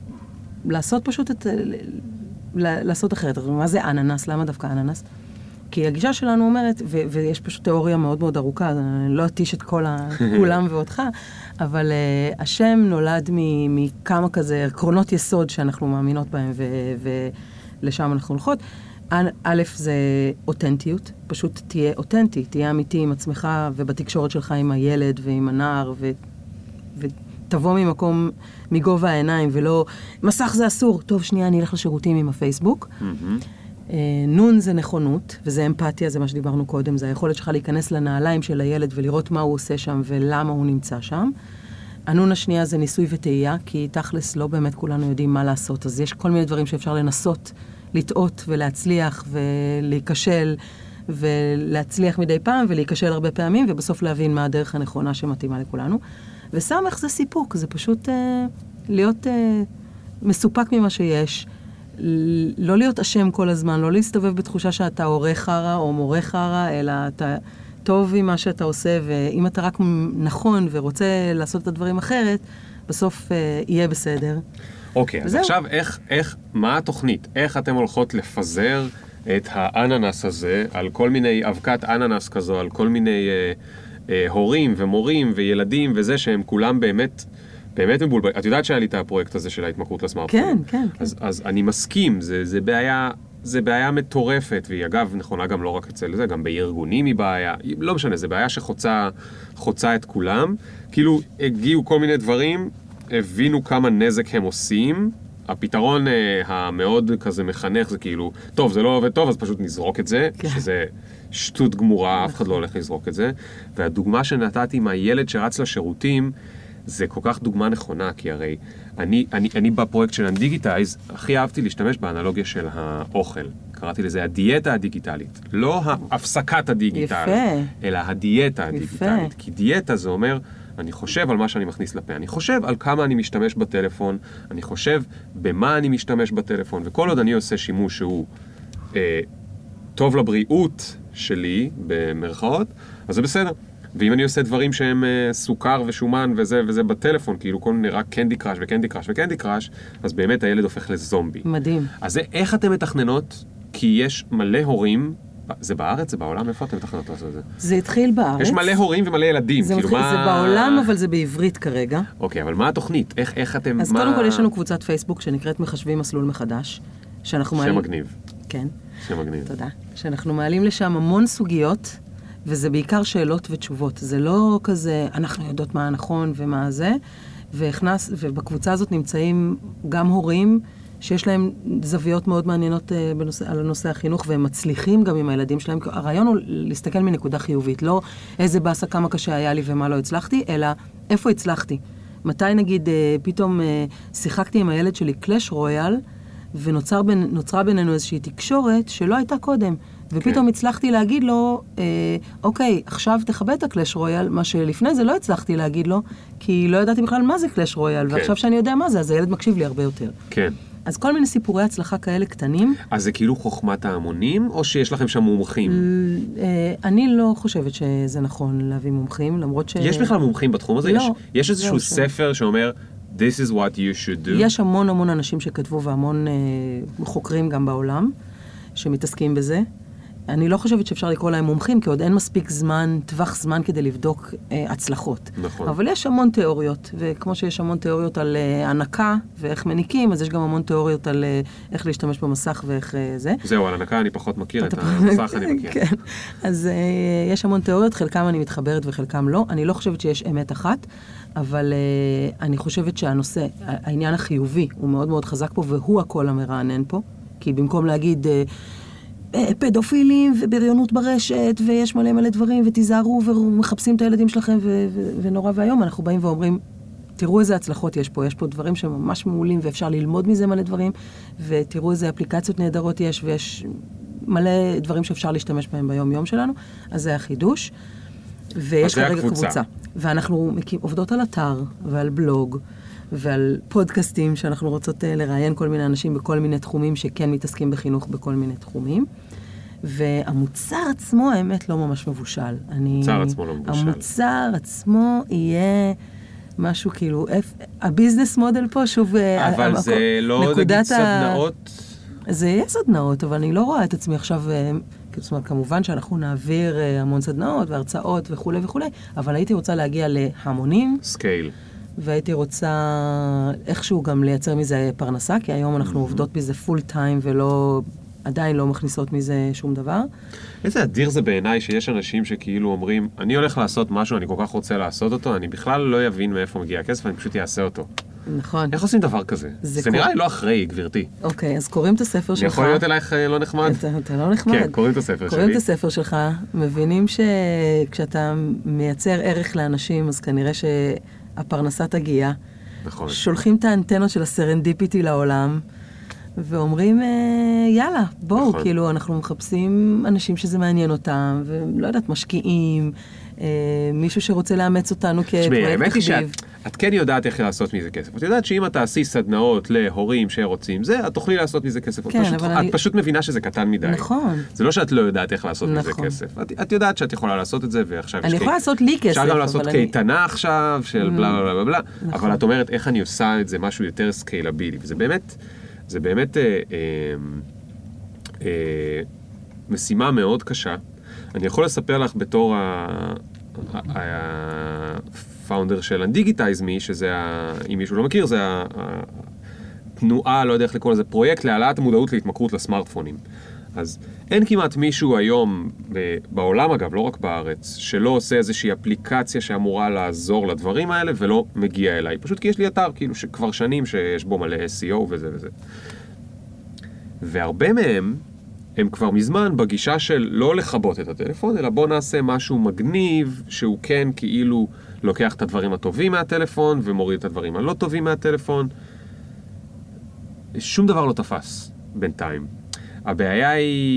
לעשות פשוט לעשות אחרת. מה זה אננס? למה דווקא אננס? כי הגישה שלנו אומרת, ויש פשוט תיאוריה מאוד מאוד ארוכה, אני לא אטיש את כולם ואותך, אבל השם נולד מכמה כזה עקרונות יסוד שאנחנו מאמינות בהם, ולשם אנחנו הולכות. א', זה אותנטיות, פשוט תהיה אותנטי, תהיה אמיתי עם עצמך ובתקשורת שלך עם הילד ועם הנער, ותבוא ממקום, מגובה העיניים, ולא, מסך זה אסור, טוב, שנייה, אני אלך לשירותים עם הפייסבוק. נון זה נכונות, וזה אמפתיה, זה מה שדיברנו קודם, זה היכולת שלך להיכנס לנעליים של הילד ולראות מה הוא עושה שם ולמה הוא נמצא שם. הנון השנייה זה ניסוי וטעייה, כי תכלס לא באמת כולנו יודעים מה לעשות, אז יש כל מיני דברים שאפשר לנסות, לטעות ולהצליח ולהיכשל, ולהצליח מדי פעם ולהיכשל הרבה פעמים, ובסוף להבין מה הדרך הנכונה שמתאימה לכולנו. וסמך זה סיפוק, זה פשוט להיות מסופק ממה שיש, לא להיות אשם כל הזמן, לא להסתובב בתחושה שאתה עורך חרה או מורה חרה, אלא אתה טוב עם מה שאתה עושה, ואם אתה רק נכון ורוצה לעשות את הדברים אחרת, בסוף יהיה בסדר. אוקיי, אז עכשיו מה התוכנית? איך אתם הולכות לפזר את האננס הזה על כל מיני אבקת אננס כזו, על כל מיני הורים ומורים וילדים וזה שהם כולם באמת מבולבלים. את יודעת שהיה לי את הפרויקט הזה של ההתמכרות לסמארטפונים? כן. אז אני מסכים, זה בעיה מטורפת, והיא אגב נכונה גם לא רק אצל זה, גם בארגונים היא בעיה, לא משנה, זה בעיה שחוצה את כולם. כאילו הגיעו כל מיני דברים, הבינו כמה נזק הם עושים, הפתרון המאוד כזה מחנך זה כאילו, טוב, זה לא עובד טוב, אז פשוט נזרוק את זה, שזה שטות גמורה, אף אחד לא הולך לזרוק את זה. והדוגמה שנתתי מהילד שרץ לשירותים, זה כל כך דוגמה נכונה, כי הרי אני בפרויקט של הדיגיטייז, הכי אהבתי להשתמש באנלוגיה של האוכל. קראתי לזה הדיאטה הדיגיטלית. לא ההפסקת הדיגיטל, אלא הדיאטה הדיגיטלית. כי דיאטה זה אומר, אני חושב על מה שאני מכניס לפה, אני חושב על כמה אני משתמש בטלפון, אני חושב במה אני משתמש בטלפון, וכל עוד אני עושה שימוש שהוא טוב לבריאות שלי, במרכאות, אז זה בסדר. ואם אני עושה דברים שהם סוכר ושומן וזה בטלפון, כאילו כל נראה קנדי קראש וקנדי קראש וקנדי קראש, אז באמת הילד הופך לזומבי. מדהים. אז זה איך אתם מתכננות? כי יש מלא הורים, זה בארץ, זה בעולם, איפה אתם מתכננות לעשות את זה? זה התחיל בארץ. יש מלא הורים ומלא ילדים. זה בעולם, אבל זה בעברית כרגע. אוקיי, אבל מה התוכנית? איך אתם... אז קודם כל יש לנו קבוצת פייסבוק שנקראת מחשבים מסלול מחדש, שאנחנו מעלים... שם מגניב. כן. שם מגניב. תודה. שאנחנו מעלים לשם המון סוגיות, וזה בעיקר שאלות ותשובות. זה לא כזה, אנחנו יודעות מה הנכון ומה זה, ובקבוצה הזאת נמצאים גם הורים שיש להם זוויות מאוד מעניינות על הנושא החינוך, והם מצליחים גם עם הילדים שלהם. הרעיון הוא להסתכל מנקודה חיובית, לא איזה באסה כמה קשה היה לי ומה לא הצלחתי, אלא איפה הצלחתי. מתי נגיד פתאום שיחקתי עם הילד שלי קלאש רויאל, ונוצרה בינינו איזושהי תקשורת שלא הייתה קודם. ופתאום הצלחתי להגיד לו, אוקיי, עכשיו תכבד את הקלאש רויאל, מה שלפני זה לא הצלחתי להגיד לו, כי לא ידעתי בכלל מה זה קלאש רויאל, ועכשיו שאני יודע מה זה, אז הילד מקשיב לי הרבה יותר. כן. אז כל מיני סיפורי הצלחה כאלה קטנים. אז זה כאילו חוכמת ההמונים, או שיש לכם שם מומחים? אני לא חושבת שזה נכון להביא מומחים, למרות ש... יש בכלל מומחים בתחום הזה? לא. יש איזשהו ספר שאומר, This is what you should do? יש המון אנשים שכתבו, והמון חוקרים גם בעולם, שמתעסקים בזה. אני לא חושבת שאפשר לקרוא להם מומחים, כי עוד אין מספיק טווח זמן כדי לבדוק הצלחות. נכון. אבל יש המון תיאוריות, וכמו שיש המון תיאוריות על הנקה ואיך מניקים, אז יש גם המון תיאוריות על איך להשתמש במסך ואיך זה. זהו, על הנקה אני פחות מכיר, את המסך אני מכיר. כן. אז יש המון תיאוריות, חלקם אני מתחברת וחלקם לא. אני לא חושבת שיש אמת אחת, אבל אני חושבת שהנושא, העניין החיובי, הוא מאוד מאוד חזק פה, והוא הכל המרענן פה, כי במקום להגיד... פדופילים ובריונות ברשת, ויש מלא דברים, ותיזהרו ומחפשים את הילדים שלכם, ונורא והיום אנחנו באים ואומרים, תראו איזה הצלחות יש פה דברים שממש מעולים, ואפשר ללמוד מזה מלא דברים, ותראו איזה אפליקציות נהדרות יש, ויש מלא דברים שאפשר להשתמש בהם ביום יום שלנו, אז זה החידוש, ויש כרגע קבוצה. ואנחנו עובדות על אתר ועל בלוג, ועל פודקאסטים שאנחנו רוצות לראיין כל מיני אנשים בכל מיני תחומים שכן מתעסקים בחינוך בכל מיני תחומים. והמוצר עצמו, האמת, לא ממש מבושל. המוצר עצמו לא מבושל. המוצר עצמו יהיה משהו כאילו, הביזנס מודל פה שוב... אבל זה לא נגיד סדנאות? זה יהיה סדנאות, אבל אני לא רואה את עצמי עכשיו זאת אומרת, כמובן שאנחנו נעביר המון סדנאות והרצאות וכו' וכו', אבל הייתי רוצה להגיע להמונים. סקייל. והייתי רוצה איכשהו גם לייצר מזה פרנסה, כי היום אנחנו עובדות בזה פול טיים ולא, עדיין לא מכניסות מזה שום דבר. איזה אדיר זה בעיניי שיש אנשים שכאילו אומרים, אני הולך לעשות משהו, אני כל כך רוצה לעשות אותו, אני בכלל לא יבין מאיפה מגיע הכסף, אני פשוט אעשה אותו. נכון. איך עושים דבר כזה? זה נראה לי לא אחראי, גברתי. אוקיי, אז קוראים את הספר שלך. אני יכול להיות אלייך לא נחמד? אתה לא נחמד. כן, קוראים את הספר שלי. קוראים את הספר שלך, מבינים שכשאתה מייצר ערך לאנשים, אז כנראה שהפרנסה תגיע. נכון. שולחים את האנטנות של הסרנדיפיטי לעולם, ואומרים, יאללה, בואו, נכון. כאילו, אנחנו מחפשים אנשים שזה מעניין אותם, ולא יודעת, משקיעים, מישהו שרוצה לאמץ אותנו כפרויקט תחביב. את כן יודעת איך לעשות מזה כסף. את יודעת שאם את תעשי סדנאות להורים שרוצים זה, את תוכלי לעשות מזה כסף. כן, את פשוט מבינה שזה קטן מדי. נכון. זה לא שאת לא יודעת איך לעשות מזה נכון. כסף. את יודעת שאת יכולה לעשות את זה, ועכשיו אני יכולה לעשות לי כסף, אפשר גם לעשות קייטנה עכשיו, של בלה בלה בלה בלה, נכון. אבל את אומרת איך אני עושה את זה משהו יותר סקיילבילי. וזה באמת משימה מאוד קשה. אני יכול לספר לך בתור הפאונדר של Undigitize Me, שזה, אם מישהו לא מכיר, זה התנועה, לא יודע איך לקרוא לזה, פרויקט להעלאת המודעות להתמכרות לסמארטפונים. אז אין כמעט מישהו היום, בעולם אגב, לא רק בארץ, שלא עושה איזושהי אפליקציה שאמורה לעזור לדברים האלה, ולא מגיע אליי. פשוט כי יש לי אתר, כאילו, שכבר שנים שיש בו מלא SEO וזה וזה. והרבה מהם, הם כבר מזמן בגישה של לא לחבות את הטלפון, אלא בוא נעשה משהו מגניב, שהוא כן כאילו לוקח את הדברים הטובים מהטלפון, ומוריד את הדברים הלא טובים מהטלפון. שום דבר לא תפס בינתיים. הבעיה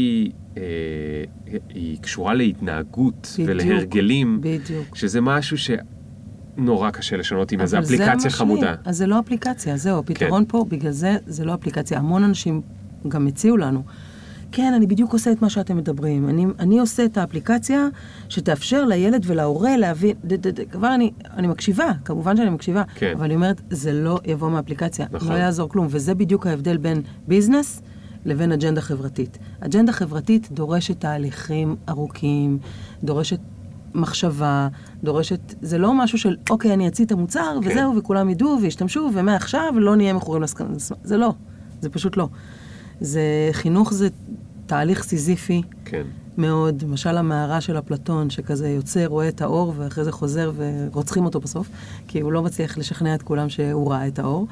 היא קשורה להתנהגות בדיוק, ולהרגלים, בדיוק. שזה משהו שנורא קשה לשנות עם איזו אפליקציה חמודה. אז זה לא אפליקציה, זהו, הפתרון כן. פה, בגלל זה לא אפליקציה. המון אנשים גם הציעו לנו. כן, אני בדיוק עושה את מה שאתם מדברים. אני עושה את האפליקציה שתאפשר לילד ולהורה להבין, כבר אני מקשיבה, כמובן שאני מקשיבה, כן. אבל אני אומרת, זה לא יבוא מהאפליקציה, נכון. לא יעזור כלום, וזה בדיוק ההבדל בין ביזנס לבין אג'נדה חברתית. אג'נדה חברתית דורשת תהליכים ארוכים, דורשת מחשבה, זה לא משהו של, אוקיי, אני אציא את המוצר, כן. וזהו, וכולם ידעו וישתמשו, ומעכשיו לא נהיה מכורים לסכנה. זה לא, זה פשוט לא. חינוך זה תהליך סיזיפי כן. מאוד, למשל המערה של אפלטון, שכזה יוצא, רואה את האור, ואחרי זה חוזר ורוצחים אותו בסוף, כי הוא לא מצליח לשכנע את כולם שהוא ראה את האור.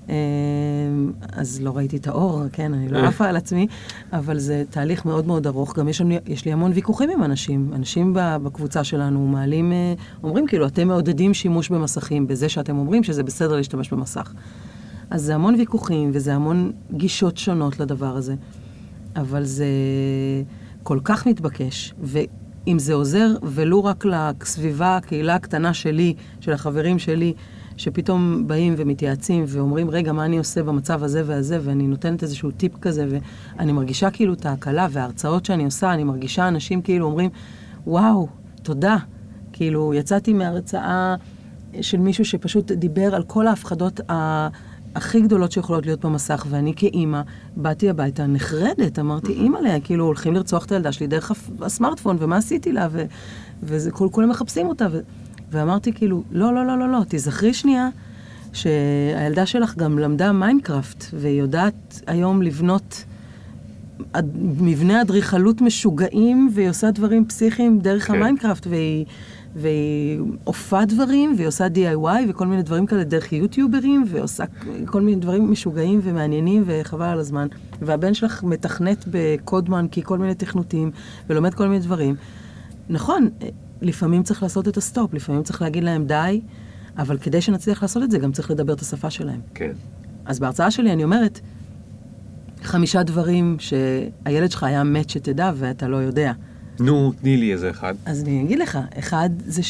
אז לא ראיתי את האור, כן, אני לא עפה על עצמי, אבל זה תהליך מאוד מאוד ארוך. גם יש לי המון ויכוחים עם אנשים. אנשים בקבוצה שלנו מעלים, אומרים כאילו, אתם מעודדים שימוש במסכים, בזה שאתם אומרים שזה בסדר להשתמש במסך. אז זה המון ויכוחים, וזה המון גישות שונות לדבר הזה. אבל זה כל כך מתבקש, ואם זה עוזר, ולו רק לסביבה, הקהילה הקטנה שלי, של החברים שלי, שפתאום באים ומתייעצים, ואומרים, רגע, מה אני עושה במצב הזה והזה, ואני נותנת איזשהו טיפ כזה, ואני מרגישה כאילו את ההקלה, וההרצאות שאני עושה, אני מרגישה אנשים כאילו אומרים, וואו, תודה. כאילו, יצאתי מהרצאה של מישהו שפשוט דיבר על כל ההפחדות הכי גדולות שיכולות להיות במסך, ואני כאימא באתי הביתה נחרדת, אמרתי, אימא לה, כאילו הולכים לרצוח את הילדה שלי דרך הסמארטפון, ומה עשיתי לה, וכולם מחפשים אותה, ואמרתי כאילו, לא, לא, לא, לא, לא, תזכרי שנייה, שהילדה שלך גם למדה מיינקראפט, והיא יודעת היום לבנות מבנה אדריכלות משוגעים, והיא עושה דברים פסיכיים דרך המיינקראפט, והיא עופה דברים, והיא עושה DIY וכל מיני דברים כאלה דרך יוטיוברים, ועושה כל מיני דברים משוגעים ומעניינים וחבל על הזמן. והבן שלך מתכנת בקודמן כי כל מיני תכנותים, ולומד כל מיני דברים. נכון, לפעמים צריך לעשות את הסטופ, לפעמים צריך להגיד להם די, אבל כדי שנצליח לעשות את זה, גם צריך לדבר את השפה שלהם. כן. אז בהרצאה שלי אני אומרת, 5 דברים שהילד שלך היה מת שתדע ואתה לא יודע. נו, תני לי איזה אחד. אז אני אגיד לך, אחד זה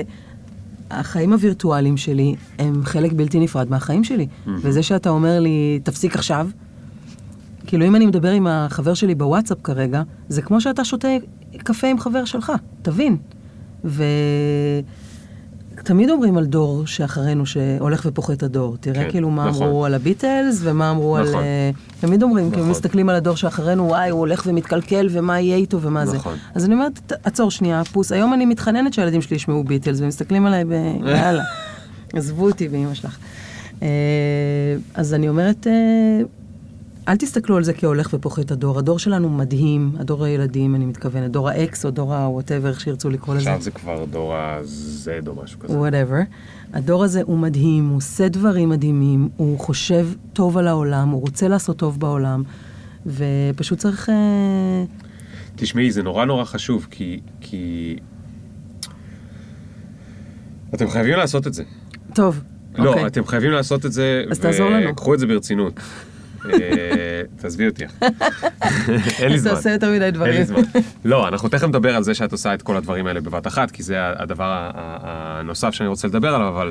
שהחיים הווירטואליים שלי הם חלק בלתי נפרד מהחיים שלי. וזה שאתה אומר לי, תפסיק עכשיו, כאילו אם אני מדבר עם החבר שלי בוואטסאפ כרגע, זה כמו שאתה שותה קפה עם חבר שלך, תבין. תמיד אומרים על דור שאחרינו שהולך ופוחת הדור. תראה כאילו מה אמרו על הביטלס ומה אמרו על... תמיד אומרים, כי הם מסתכלים על הדור שאחרינו, וואי, הוא הולך ומתקלקל ומה יהיה איתו ומה זה. אז אני אומרת, עצור שנייה, פוס, היום אני מתחננת שהילדים שלי ישמעו ביטלס ומסתכלים עליי יאללה, עזבו אותי ואמא שלך. אז אני אומרת, אל תסתכלו על זה כהולך ופוחת הדור. הדור שלנו מדהים, הדור הילדים, אני מתכוונת, דור האקס או דור ה-whatever, איך שירצו לקרוא לזה. עכשיו זה כבר דור ה-Z או משהו כזה. whatever. הדור הזה הוא מדהים, הוא עושה דברים מדהימים, הוא חושב טוב על העולם, הוא רוצה לעשות טוב בעולם, ופשוט צריך... תשמעי, זה נורא נורא חשוב, כי... אתם חייבים לעשות את זה. טוב, לא, אוקיי. אתם חייבים לעשות את זה, אז תעזור לנו. וקחו את זה ברצינות. תעזבי אותי. אין לי זמן. תעשה יותר מדי דברים. אין לי זמן. לא, אנחנו תכף נדבר על זה שאת עושה את כל הדברים האלה בבת אחת, כי זה הדבר הנוסף שאני רוצה לדבר עליו, אבל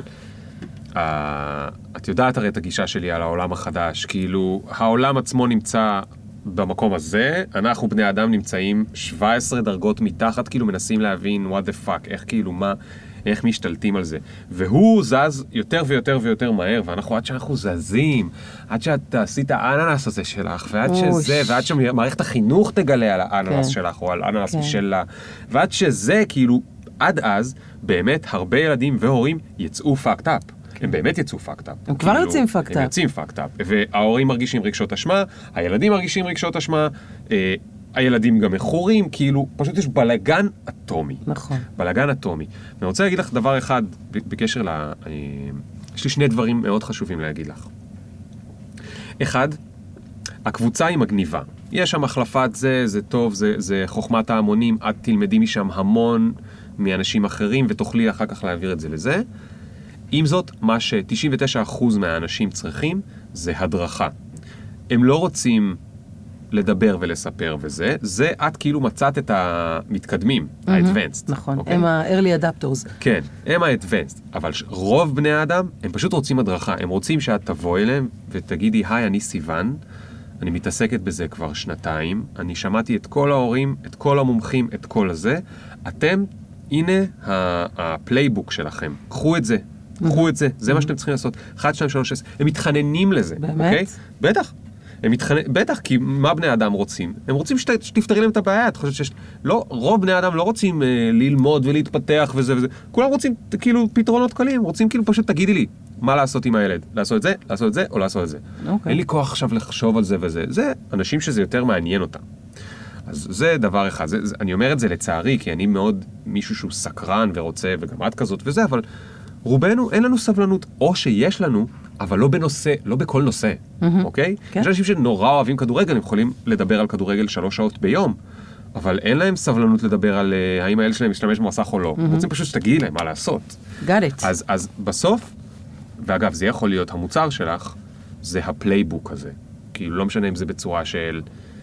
את יודעת הרי את הגישה שלי על העולם החדש, כאילו העולם עצמו נמצא במקום הזה, אנחנו בני אדם נמצאים 17 דרגות מתחת, כאילו מנסים להבין what the fuck, איך כאילו מה... איך משתלטים על זה. והוא זז יותר ויותר ויותר מהר, ואנחנו עד שאנחנו זזים, עד שאת עשית האננס הזה שלך, ועד שזה, ועד שמערכת החינוך תגלה על האננס שלך, או על אננס משלה, ועד שזה, כאילו, עד אז, באמת, הרבה ילדים והורים יצאו פאקט אפ. הם באמת יצאו פאקט אפ. הם כבר יוצאים פאקט אפ. הם יוצאים פאקט אפ. וההורים מרגישים רגשות אשמה, הילדים מרגישים רגשות אשמה, הילדים גם מחורים, כאילו, פשוט יש בלגן אטומי. נכון. בלגן אטומי. ואני רוצה להגיד לך דבר אחד, בקשר יש לי שני דברים מאוד חשובים להגיד לך. אחד, הקבוצה היא מגניבה. יש שם החלפת זה טוב, זה חוכמת ההמונים, את תלמדי משם המון מאנשים אחרים, ותוכלי אחר כך להעביר את זה לזה. עם זאת, מה ש-99% מהאנשים צריכים, זה הדרכה. הם לא רוצים... לדבר ולספר וזה, זה את כאילו מצאת את המתקדמים, ה-advanced. נכון, הם ה-early adapters. כן, הם ה-advanced, אבל רוב בני האדם, הם פשוט רוצים הדרכה, הם רוצים שאת תבוא אליהם ותגידי, היי, אני סיוון, אני מתעסקת בזה כבר 2, אני שמעתי את כל ההורים, את כל המומחים, את כל הזה, אתם, הנה הפלייבוק שלכם, קחו את זה, קחו את זה, זה מה שאתם צריכים לעשות, 1, 2, 3, 6, הם מתחננים לזה. באמת? בטח. בטח, כי מה בני אדם רוצים? הם רוצים שתפתרי להם את הבעיה. את חושבת שיש... לא, רוב בני אדם לא רוצים ללמוד ולהתפתח וזה וזה. כולם רוצים כאילו פתרונות קלים. רוצים כאילו פשוט תגידי לי מה לעשות עם הילד. לעשות את זה, לעשות את זה או לעשות את זה. אין לי כוח עכשיו לחשוב על זה וזה. זה אנשים שזה יותר מעניין אותם. אז זה דבר אחד. אני אומר את זה לצערי, כי אני מאוד מישהו שהוא סקרן ורוצה, וגם את כזאת וזה, אבל רובנו אין לנו סבלנות, או שיש לנו, אבל לא בנושא, לא בכל נושא, אוקיי? יש אנשים שנורא אוהבים כדורגל, הם יכולים לדבר על כדורגל 3 שעות ביום, אבל אין להם סבלנות לדבר על האם הילד שלהם משתמש במסך או לא. רוצים פשוט שתגידי להם מה לעשות. Got it. אז בסוף, ואגב, זה יכול להיות המוצר שלך, זה הפלייבוק הזה. כאילו, לא משנה אם זה בצורה של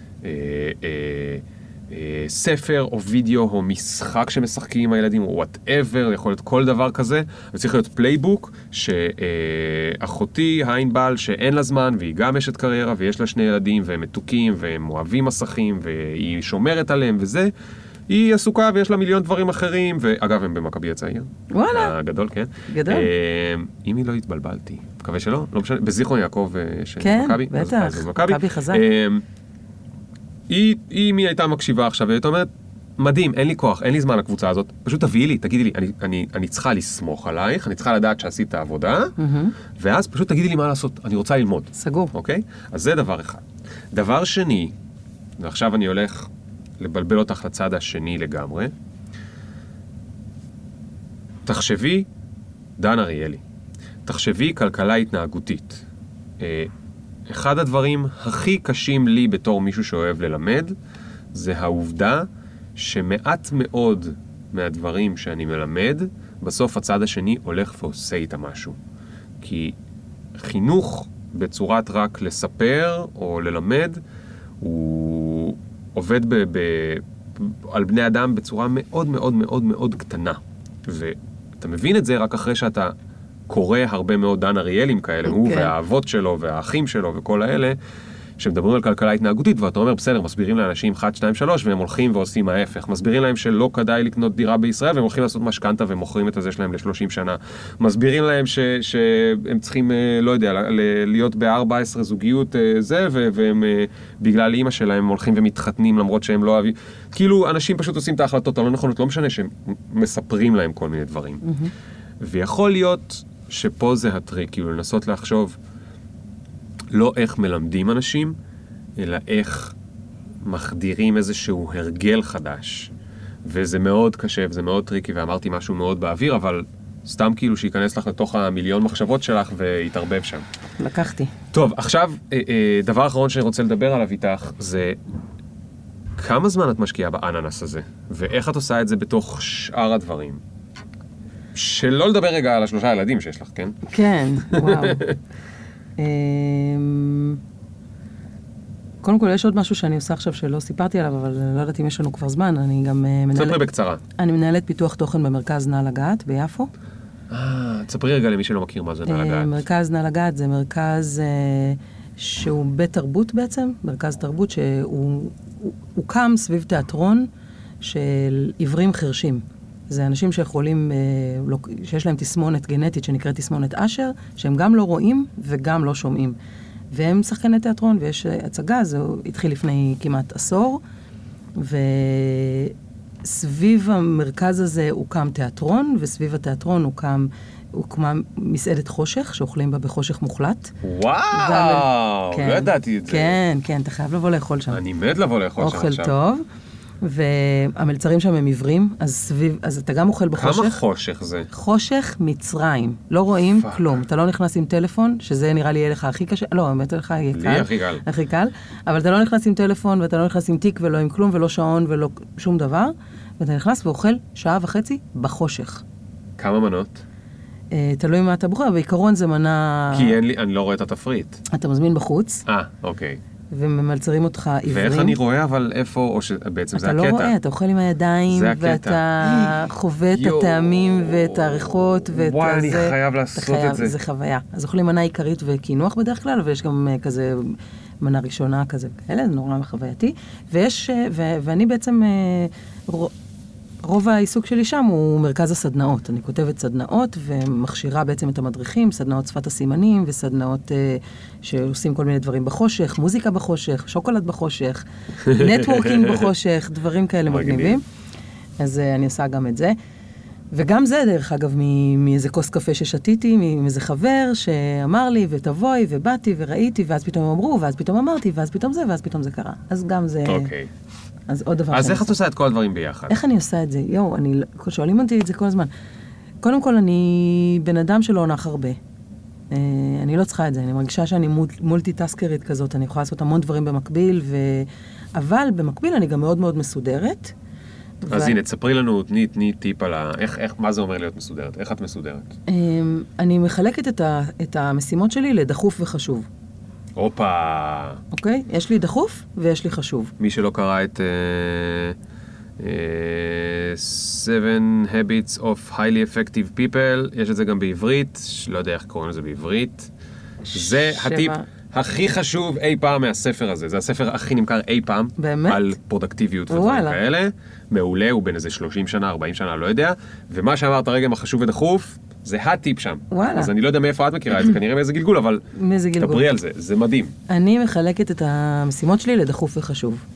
ספר או וידאו או משחק שמשחקים עם הילדים או whatever, יכול להיות כל דבר כזה, וצריך להיות פלייבוק שאחותי הענבל שאין לה זמן והיא גם אשת קריירה ויש לה 2 ילדים והם מתוקים והם אוהבים מסכים והיא שומרת עליהם וזה, היא עסוקה ויש לה מיליון דברים אחרים, ואגב הם במכבי הצעיר. וואלה. גדול, כן. גדול. אם היא לא התבלבלתי, מקווה שלא, לא משנה, בזיכרון יעקב של כן, מכבי. בטח, מכבי חזק. היא הייתה מקשיבה עכשיו, והיא אומרת, מדהים, אין לי כוח, אין לי זמן לקבוצה הזאת, פשוט תביאי לי, תגידי לי, אני צריכה לסמוך עלייך, אני צריכה לדעת שעשית את העבודה, ואז פשוט תגידי לי מה לעשות, אני רוצה ללמוד. סגור. אוקיי? אז זה דבר אחד. דבר שני, ועכשיו אני הולך לבלבל אותך לצד השני לגמרי, תחשבי, דן אריאלי, תחשבי כלכלה התנהגותית. אחד הדברים הכי קשים לי בתור מישהו שאוהב ללמד, זה העובדה שמעט מאוד מהדברים שאני מלמד, בסוף הצד השני הולך ועושה איתה משהו. כי חינוך בצורת רק לספר או ללמד, הוא עובד על בני אדם בצורה מאוד מאוד מאוד מאוד קטנה. ואתה מבין את זה רק אחרי שאתה קורא הרבה מאוד דן אריאלים כאלה, הוא והאבות שלו והאחים שלו וכל האלה, שמדברים על כלכלה התנהגותית, ואתה אומר, בסדר, מסבירים לאנשים 1, 2, 3, והם הולכים ועושים ההפך. מסבירים להם שלא כדאי לקנות דירה בישראל, והם הולכים לעשות משכנתה ומוכרים את הזה שלהם ל-30 שנה. מסבירים להם שהם צריכים, לא יודע, להיות ב-14 זוגיות זה, והם בגלל אמא שלהם הולכים ומתחתנים, למרות שהם לא אוהבים. כאילו, אנשים פשוט עושים את ההחלטות הלא נכונות, לא משנה שהם מספרים להם כל מיני דברים. ויכול להיות שפה זה הטריק, כאילו לנסות לחשוב לא איך מלמדים אנשים, אלא איך מחדירים איזשהו הרגל חדש. וזה מאוד קשה, וזה מאוד טריקי, ואמרתי משהו מאוד באוויר, אבל סתם כאילו שיכנס לך לתוך המיליון מחשבות שלך ויתערבב שם. לקחתי. טוב, עכשיו, דבר אחרון שאני רוצה לדבר עליו איתך, זה כמה זמן את משקיעה באננס הזה, ואיך את עושה את זה בתוך שאר הדברים. שלא לדבר רגע על 3 ילדים שיש לך, כן? כן, וואו. קודם כל, יש עוד משהו שאני עושה עכשיו שלא סיפרתי עליו, אבל לא יודעת אם יש לנו כבר זמן, אני גם מנהלת... תספרי בקצרה. אני מנהלת פיתוח תוכן במרכז נא לגעת ביפו. תספרי רגע למי שלא מכיר מה זה נא לגעת. מרכז נא לגעת זה מרכז שהוא בית תרבות בעצם, מרכז תרבות שהוא הוקם סביב תיאטרון של עיוורים חרשים. זה אנשים שיכולים, שיש להם תסמונת גנטית שנקראת תסמונת אשר, שהם גם לא רואים וגם לא שומעים. והם שחקני תיאטרון, ויש הצגה, זה התחיל לפני כמעט עשור, וסביב המרכז הזה הוקם תיאטרון, וסביב התיאטרון הוקמה מסעדת חושך, שאוכלים בה בחושך מוחלט. וואו, לא ידעתי את זה. כן, כן, אתה חייב לבוא לאכול שם. אני מת לבוא לאכול שם עכשיו. אוכל טוב. והמלצרים שם הם עיוורים, אז אתה גם אוכל בחושך. כמה חושך זה? חושך מצרים. לא רואים כלום. אתה לא נכנס עם טלפון, שזה נראה לי יהיה לך הכי קשה. לא, באמת לך יהיה קל. לי הכי קל. הכי קל. אבל אתה לא נכנס עם טלפון, ואתה לא נכנס עם תיק, ולא עם כלום, ולא שעון, ולא שום דבר. ואתה נכנס ואוכל 1.5 שעה בחושך. כמה מנות? תלוי מה אתה בוחר, בעיקרון זה מנה... כי אני לא רואה את התפריט. אתה מזמין בחוץ. אוקיי. וממלצרים אותך עיוורים. ואיך אני רואה, אבל איפה, או שבעצם זה הקטע? אתה לא רואה, אתה אוכל עם הידיים, ואתה חווה את הטעמים ואת העריכות, וואי, אני חייב לעשות את זה. זה חוויה. אז אוכלים מנה עיקרית וכינוח בדרך כלל, ויש גם כזה מנה ראשונה כזה כאלה, זה נורא חווייתי. ואני בעצם, רוב העיסוק שלי שם הוא מרכז הסדנאות. אני כותבת סדנאות ומכשירה בעצם את המדריכים, סדנאות שפת הסימנים וסדנאות שעושים כל מיני דברים בחושך, מוזיקה בחושך, שוקולד בחושך, נטוורקינג בחושך, דברים כאלה מגניבים. אז אני עושה גם את זה. וגם זה, דרך אגב, מאיזה כוס קפה ששתיתי, מאיזה חבר שאמר לי, ותבואי, ובאתי, וראיתי, ואז פתאום אמרו, ואז פתאום אמרתי, ואז פתאום זה, ואז פתאום זה קרה. אז גם זה... אוקיי. אז עוד דבר... אז איך את עושה את כל הדברים ביחד? איך אני עושה את זה? יואו, שואלים אותי את זה כל הזמן. קודם כל, אני בן אדם שלא נח הרבה. אני לא צריכה את זה. אני מרגישה שאני מולטי-טסקרית כזאת. אני יכולה לעשות המון דברים במקביל, אבל במקביל אני גם מאוד מאוד מסודרת. אז הנה, תספרי לנו, תני טיפ על מה זה אומר להיות מסודרת. איך את מסודרת? אני מחלקת את המשימות שלי לדחוף וחשוב. אופה. אוקיי? יש לי דחוף ויש לי חשוב. מי שלא קרא את 7 Habits of Highly Effective People, יש את זה גם בעברית, לא יודע איך קוראים לזה בעברית. זה הטיפ הכי חשוב אי פעם מהספר הזה. זה הספר הכי נמכר אי פעם. באמת? על פרודקטיביות ודברים כאלה. מעולה, הוא בין איזה 30 שנה, 40 שנה, לא יודע. ומה שאמרת הרגע החשוב ודחוף, זה הטיפ שם. וואלה. אז אני לא יודע מאיפה את מכירה את זה, כנראה מאיזה גלגול, אבל דברי על זה, זה מדהים. אני מחלקת את המשימות שלי לדחוף וחשוב.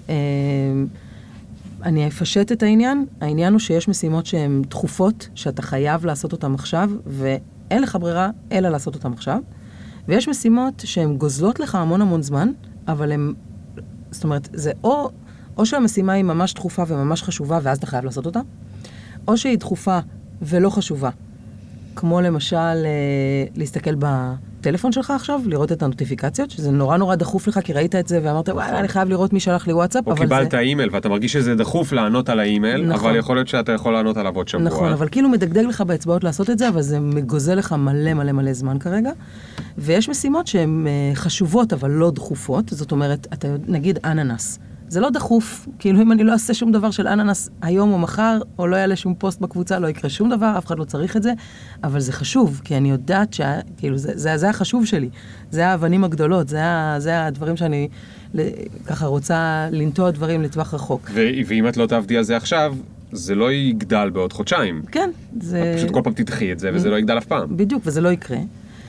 אני אפשט את העניין. העניין הוא שיש משימות שהן דחופות, שאתה חייב לעשות אותן עכשיו, ואין לך ברירה אלא לעשות אותן עכשיו. ויש משימות שהן גוזלות לך המון המון זמן, אבל הן, זאת אומרת, זה או שהמשימה היא ממש דחופה וממש חשובה, ואז אתה חייב לעשות אותה, או שהיא דחופה ולא חשובה. כמו למשל, להסתכל בטלפון שלך עכשיו, לראות את הנוטיפיקציות, שזה נורא נורא דחוף לך, כי ראית את זה ואמרת, וואי, אני חייב לראות מי שלח לי וואטסאפ, או קיבלת אימייל, ואתה מרגיש שזה דחוף לענות על האימייל, אבל יכול להיות שאתה יכול לענות עליו עוד שבוע. נכון, אבל כאילו מדגדג לך באצבעות לעשות את זה, אבל זה מגוזל לך מלא מלא מלא זמן כרגע. ויש משימות שהן חשובות, אבל לא דחופות. זאת אומרת, אתה נגיד אננס. זה לא דחוף, כאילו אם אני לא אעשה שום דבר של אננס היום או מחר, או לא יעלה שום פוסט בקבוצה, לא יקרה שום דבר, אף אחד לא צריך את זה, אבל זה חשוב, כי אני יודעת כאילו, זה החשוב שלי, זה האבנים הגדולות, זה הדברים שאני ככה רוצה לנטוע דברים לטווח רחוק. ואם את לא תעבדי על זה עכשיו, זה לא יגדל בעוד חודשיים. כן. זה... את פשוט כל פעם תדחי את זה, וזה לא יגדל אף פעם. בדיוק, וזה לא יקרה.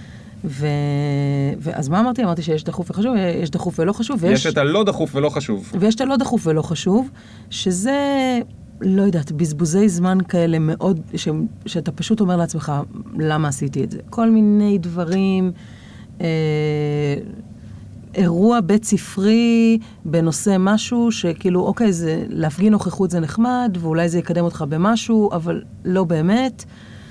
אז מה אמרתי? אמרתי שיש דחוף וחשוב, יש דחוף ולא חשוב. יש את הלא דחוף ולא חשוב. ויש את הלא דחוף ולא חשוב, שזה, לא יודעת, בזבוזי זמן כאלה מאוד, שאתה פשוט אומר לעצמך, למה עשיתי את זה? כל מיני דברים, אירוע בית ספרי בנושא משהו, שכאילו, אוקיי, זה, להפגין נוכחות זה נחמד, ואולי זה יקדם אותך במשהו, אבל לא באמת.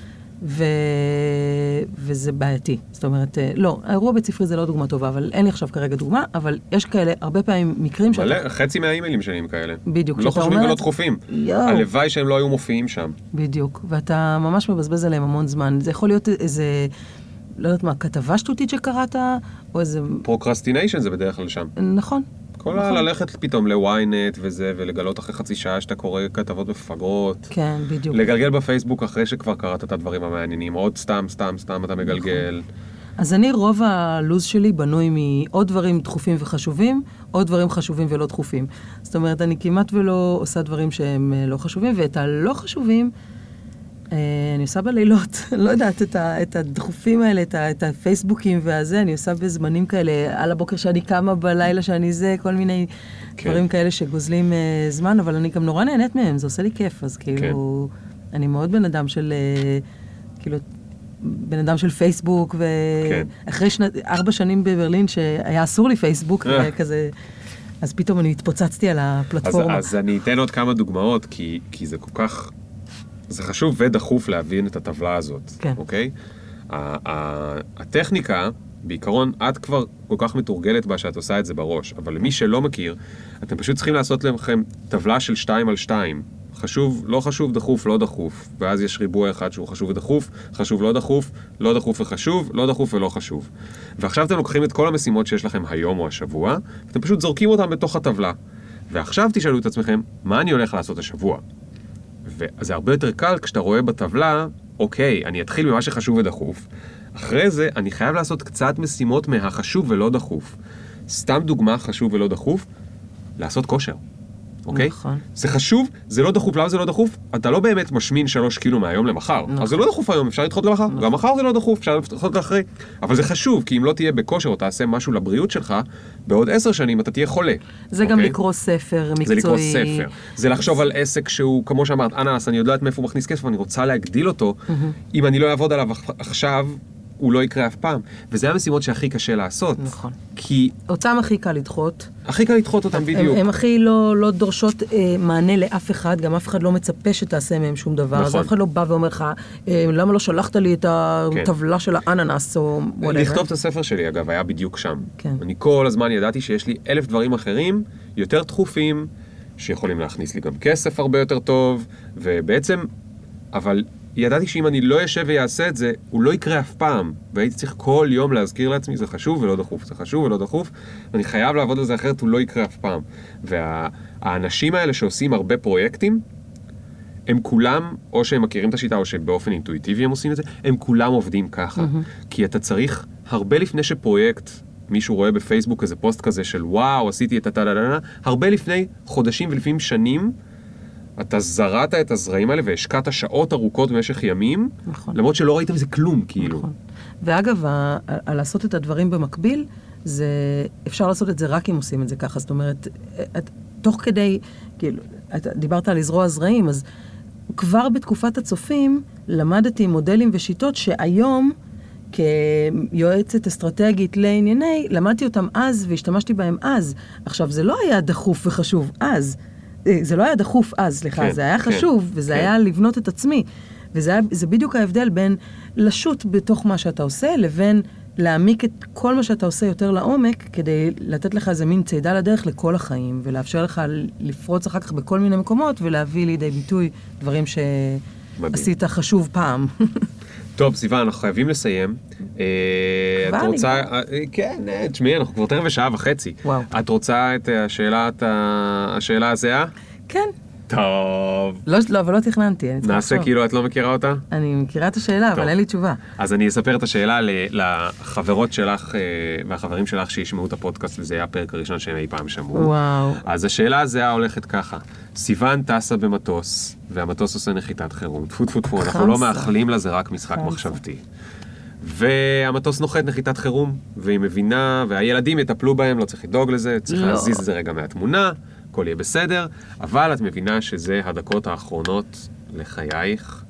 וזה בעייתי. זאת אומרת, לא, האירוע בית ספרי זה לא דוגמה טובה, אבל אין לי עכשיו כרגע דוגמה, אבל יש כאלה, הרבה פעמים מקרים חצי מהאימיילים שלי הם כאלה. בדיוק. לא חשובים ולא דחופים. הלוואי שהם לא היו מופיעים שם. בדיוק. ואתה ממש מבזבז עליהם המון זמן. זה יכול להיות איזה, לא יודעת מה, כתבה שטותית שקראת, או איזה... פרוקרסטיניישן זה בדרך כלל שם. נכון. כל ללכת פתאום לוויינט וזה, ולגלות אחרי חצי שעה שאתה קורא כתבות מפגרות. כן, בדיוק. לגלגל בפייסבוק אחרי שכבר קראת את הדברים המעניינים. עוד סתם אתה מגלגל. אז אני, רוב הלוז שלי בנוי מעוד דברים דחופים וחשובים, עוד דברים חשובים ולא דחופים. זאת אומרת, אני כמעט ולא עושה דברים שהם לא חשובים, ואת הלא חשובים, אני עושה בלילות, לא יודעת, את הדחופים האלה, את הפייסבוקים והזה, אני עושה בזמנים כאלה, על הבוקר שאני קמה בלילה שאני זה, כל מיני דברים כאלה שגוזלים זמן, אבל אני גם נורא נהנית מהם, זה עושה לי כיף, אז כאילו, אני מאוד בן אדם של, כאילו, בן אדם של פייסבוק, ואחרי 4 שנים בברלין שהיה אסור לי פייסבוק, וכזה, אז פתאום אני התפוצצתי על הפלטפורמה. אז אני אתן עוד כמה דוגמאות, כי זה כל כך... זה חשוב ודחוף להבין את הטבלה הזאת, כן. אוקיי? הטכניקה, בעיקרון, את כבר כל כך מתורגלת בה שאת עושה את זה בראש, אבל למי שלא מכיר, אתם פשוט צריכים לעשות לכם טבלה של 2 על 2. חשוב, לא חשוב, דחוף, לא דחוף. ואז יש ריבוע אחד שהוא חשוב ודחוף, חשוב לא דחוף, לא דחוף וחשוב, לא דחוף ולא חשוב. ועכשיו אתם לוקחים את כל המשימות שיש לכם היום או השבוע, ואתם פשוט זורקים אותם בתוך הטבלה. ועכשיו תשאלו את עצמכם, מה אני הולך לעשות השבוע? וזה הרבה יותר קל כשאתה רואה בטבלה, אוקיי, אני אתחיל ממה שחשוב ודחוף. אחרי זה, אני חייב לעשות קצת משימות מהחשוב ולא דחוף. סתם דוגמה חשוב ולא דחוף, לעשות כושר. אוקיי? נכון. זה חשוב, זה לא דחוף. למה זה לא דחוף? אתה לא באמת משמין 3 קילו מהיום למחר. נכון. אז זה לא דחוף היום, אפשר לדחות למחר. נכון. גם מחר זה לא דחוף, אפשר לדחות לאחרי. אבל זה חשוב, כי אם לא תהיה בכושר או תעשה משהו לבריאות שלך, בעוד 10 שנים אתה תהיה חולה. זה גם לקרוא ספר מקצועי. זה לקרוא ספר. זה לחשוב על עסק שהוא, כמו שאמרת, אננס, אני יודעת מאיפה הוא מכניס כסף, ואני רוצה להגדיל אותו. אם אני לא אעבוד עליו עכשיו, הוא לא יקרה אף פעם. וזה המשימות שהכי קשה לעשות. נכון. כי... אותם הכי קל לדחות. הכי קל לדחות אותם בדיוק. הם הכי לא דורשות מענה לאף אחד, גם אף אחד לא מצפה שתעשה מהם שום דבר. נכון. אז אף אחד לא בא ואומר לך, למה לא שלחת לי את הטבלה של האננס או whatever. לכתוב את הספר שלי, אגב, היה בדיוק שם. כן. אני כל הזמן ידעתי שיש לי 1000 דברים אחרים, יותר דחופים, שיכולים להכניס לי גם כסף הרבה יותר טוב, ובעצם, אבל... ידעתי שאם אני לא יושב ויעשה את זה, הוא לא יקרה אף פעם. והייתי צריך כל יום להזכיר לעצמי, זה חשוב ולא דחוף, זה חשוב ולא דחוף, ואני חייב לעבוד על זה אחרת, הוא לא יקרה אף פעם. והאנשים האלה שעושים הרבה פרויקטים, הם כולם, או שהם מכירים את השיטה, או שבאופן אינטואיטיבי הם עושים את זה, הם כולם עובדים ככה. כי אתה צריך, הרבה לפני שפרויקט, מישהו רואה בפייסבוק איזה פוסט כזה של וואו, עשיתי את הטה-טה-טה, הרבה לפני חודשים ולפעמים שנים, אתה זרעת את הזרעים האלה והשקעת שעות ארוכות במשך ימים, נכון. למרות שלא ראית מזה כלום, כאילו. נכון. ואגב, לעשות את הדברים במקביל, אפשר לעשות את זה רק אם עושים את זה ככה. זאת אומרת, תוך כדי, כאילו, דיברת על לזרוע זרעים, אז כבר בתקופת הצופים, למדתי מודלים ושיטות שהיום, כיועצת אסטרטגית לענייני, למדתי אותם אז והשתמשתי בהם אז. עכשיו, זה לא היה דחוף וחשוב אז. זה לא היה דחוף אז, סליחה, כן, זה היה חשוב, כן, וזה כן. היה לבנות את עצמי. וזה בדיוק ההבדל בין לשוט בתוך מה שאתה עושה, לבין להעמיק את כל מה שאתה עושה יותר לעומק, כדי לתת לך איזה מין צעידה לדרך לכל החיים, ולאפשר לך לפרוץ אחר כך בכל מיני מקומות, ולהביא לידי ביטוי דברים שעשית חשוב פעם. טוב, סיוון, אנחנו חייבים לסיים. את רוצה... כן, תשמעי, אנחנו כבר יותר ושעה וחצי. וואו. את רוצה את השאלה הזהה? כן. טוב. לא, אבל לא תכננתי. נעשה כאילו את לא מכירה אותה? אני מכירה את השאלה, אבל אין לי תשובה. אז אני אספר את השאלה לחברות שלך והחברים שלך שישמעו את הפודקאסט, וזה היה הפרק הראשון שהם אי פעם שמעו. וואו. אז השאלה הזהה הולכת ככה. סיוון טסה במטוס, והמטוס עושה נחיתת חירום. טפו טפו טפו, אנחנו לא מאחלים לה, זה רק משחק מחשבתי. והמטוס נוחת נחיתת חירום, והיא מבינה, והילדים יטפלו בהם, לא צריך לדאוג לזה, צריך להזיז את זה רגע מהתמונה, הכל יהיה בסדר, אבל את מבינה שזה הדקות האחרונות לחייך,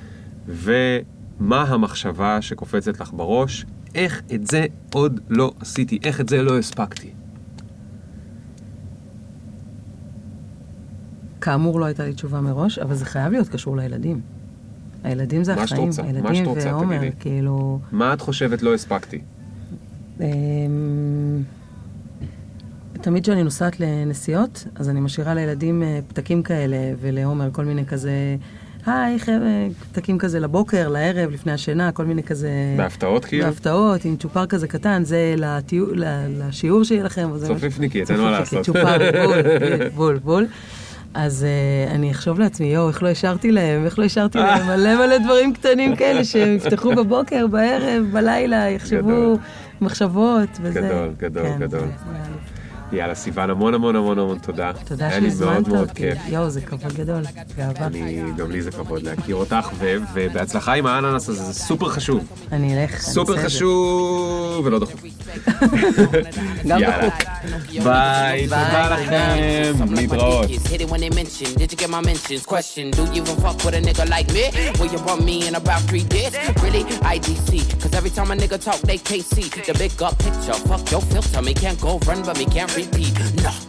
ומה המחשבה שקופצת לך בראש, איך את זה עוד לא עשיתי, איך את זה לא הספקתי. כאמור לא הייתה לי תשובה מראש, אבל זה חייב להיות קשור לילדים. הילדים זה החיים, הילדים ועומר, כאילו... מה את חושבת לא הספקתי? תמיד כשאני נוסעת לנסיעות, אז אני משאירה לילדים פתקים כאלה, ולעומר כל מיני כזה, היי, פתקים כזה לבוקר, לערב, לפני השינה, כל מיני כזה... בהפתעות כאילו? בהפתעות, עם צ'ופר כזה קטן, זה לשיעור שיהיה לכם. צופפניקי, אתנו מה לעשות. צ'ופר, בול. אז אני אחשוב לעצמי, איך לא השארתי להם מלא דברים קטנים כאלה שהם יפתחו בבוקר, בערב, בלילה, יחשבו מחשבות וזה. גדול. יאללה, סיוון, המון תודה. תודה שהזמנת אותי. זה כבוד גדול, גאווה. גם לי זה כבוד להכיר אותך, ובהצלחה עם האננס הזה, זה סופר חשוב. אני אלך. סופר חשוב ולא דחוף. גם דחוף. ביי, תודה לכם. להתראות. Did you get my mentions? Question, do you even fuck with a nigga like me? Will you want me in about 3 days? Really? IDC. Cause every time a nigga talk, they can't see the big up picture. Fuck your filter, me can't go run, but me can't repeat. Nah.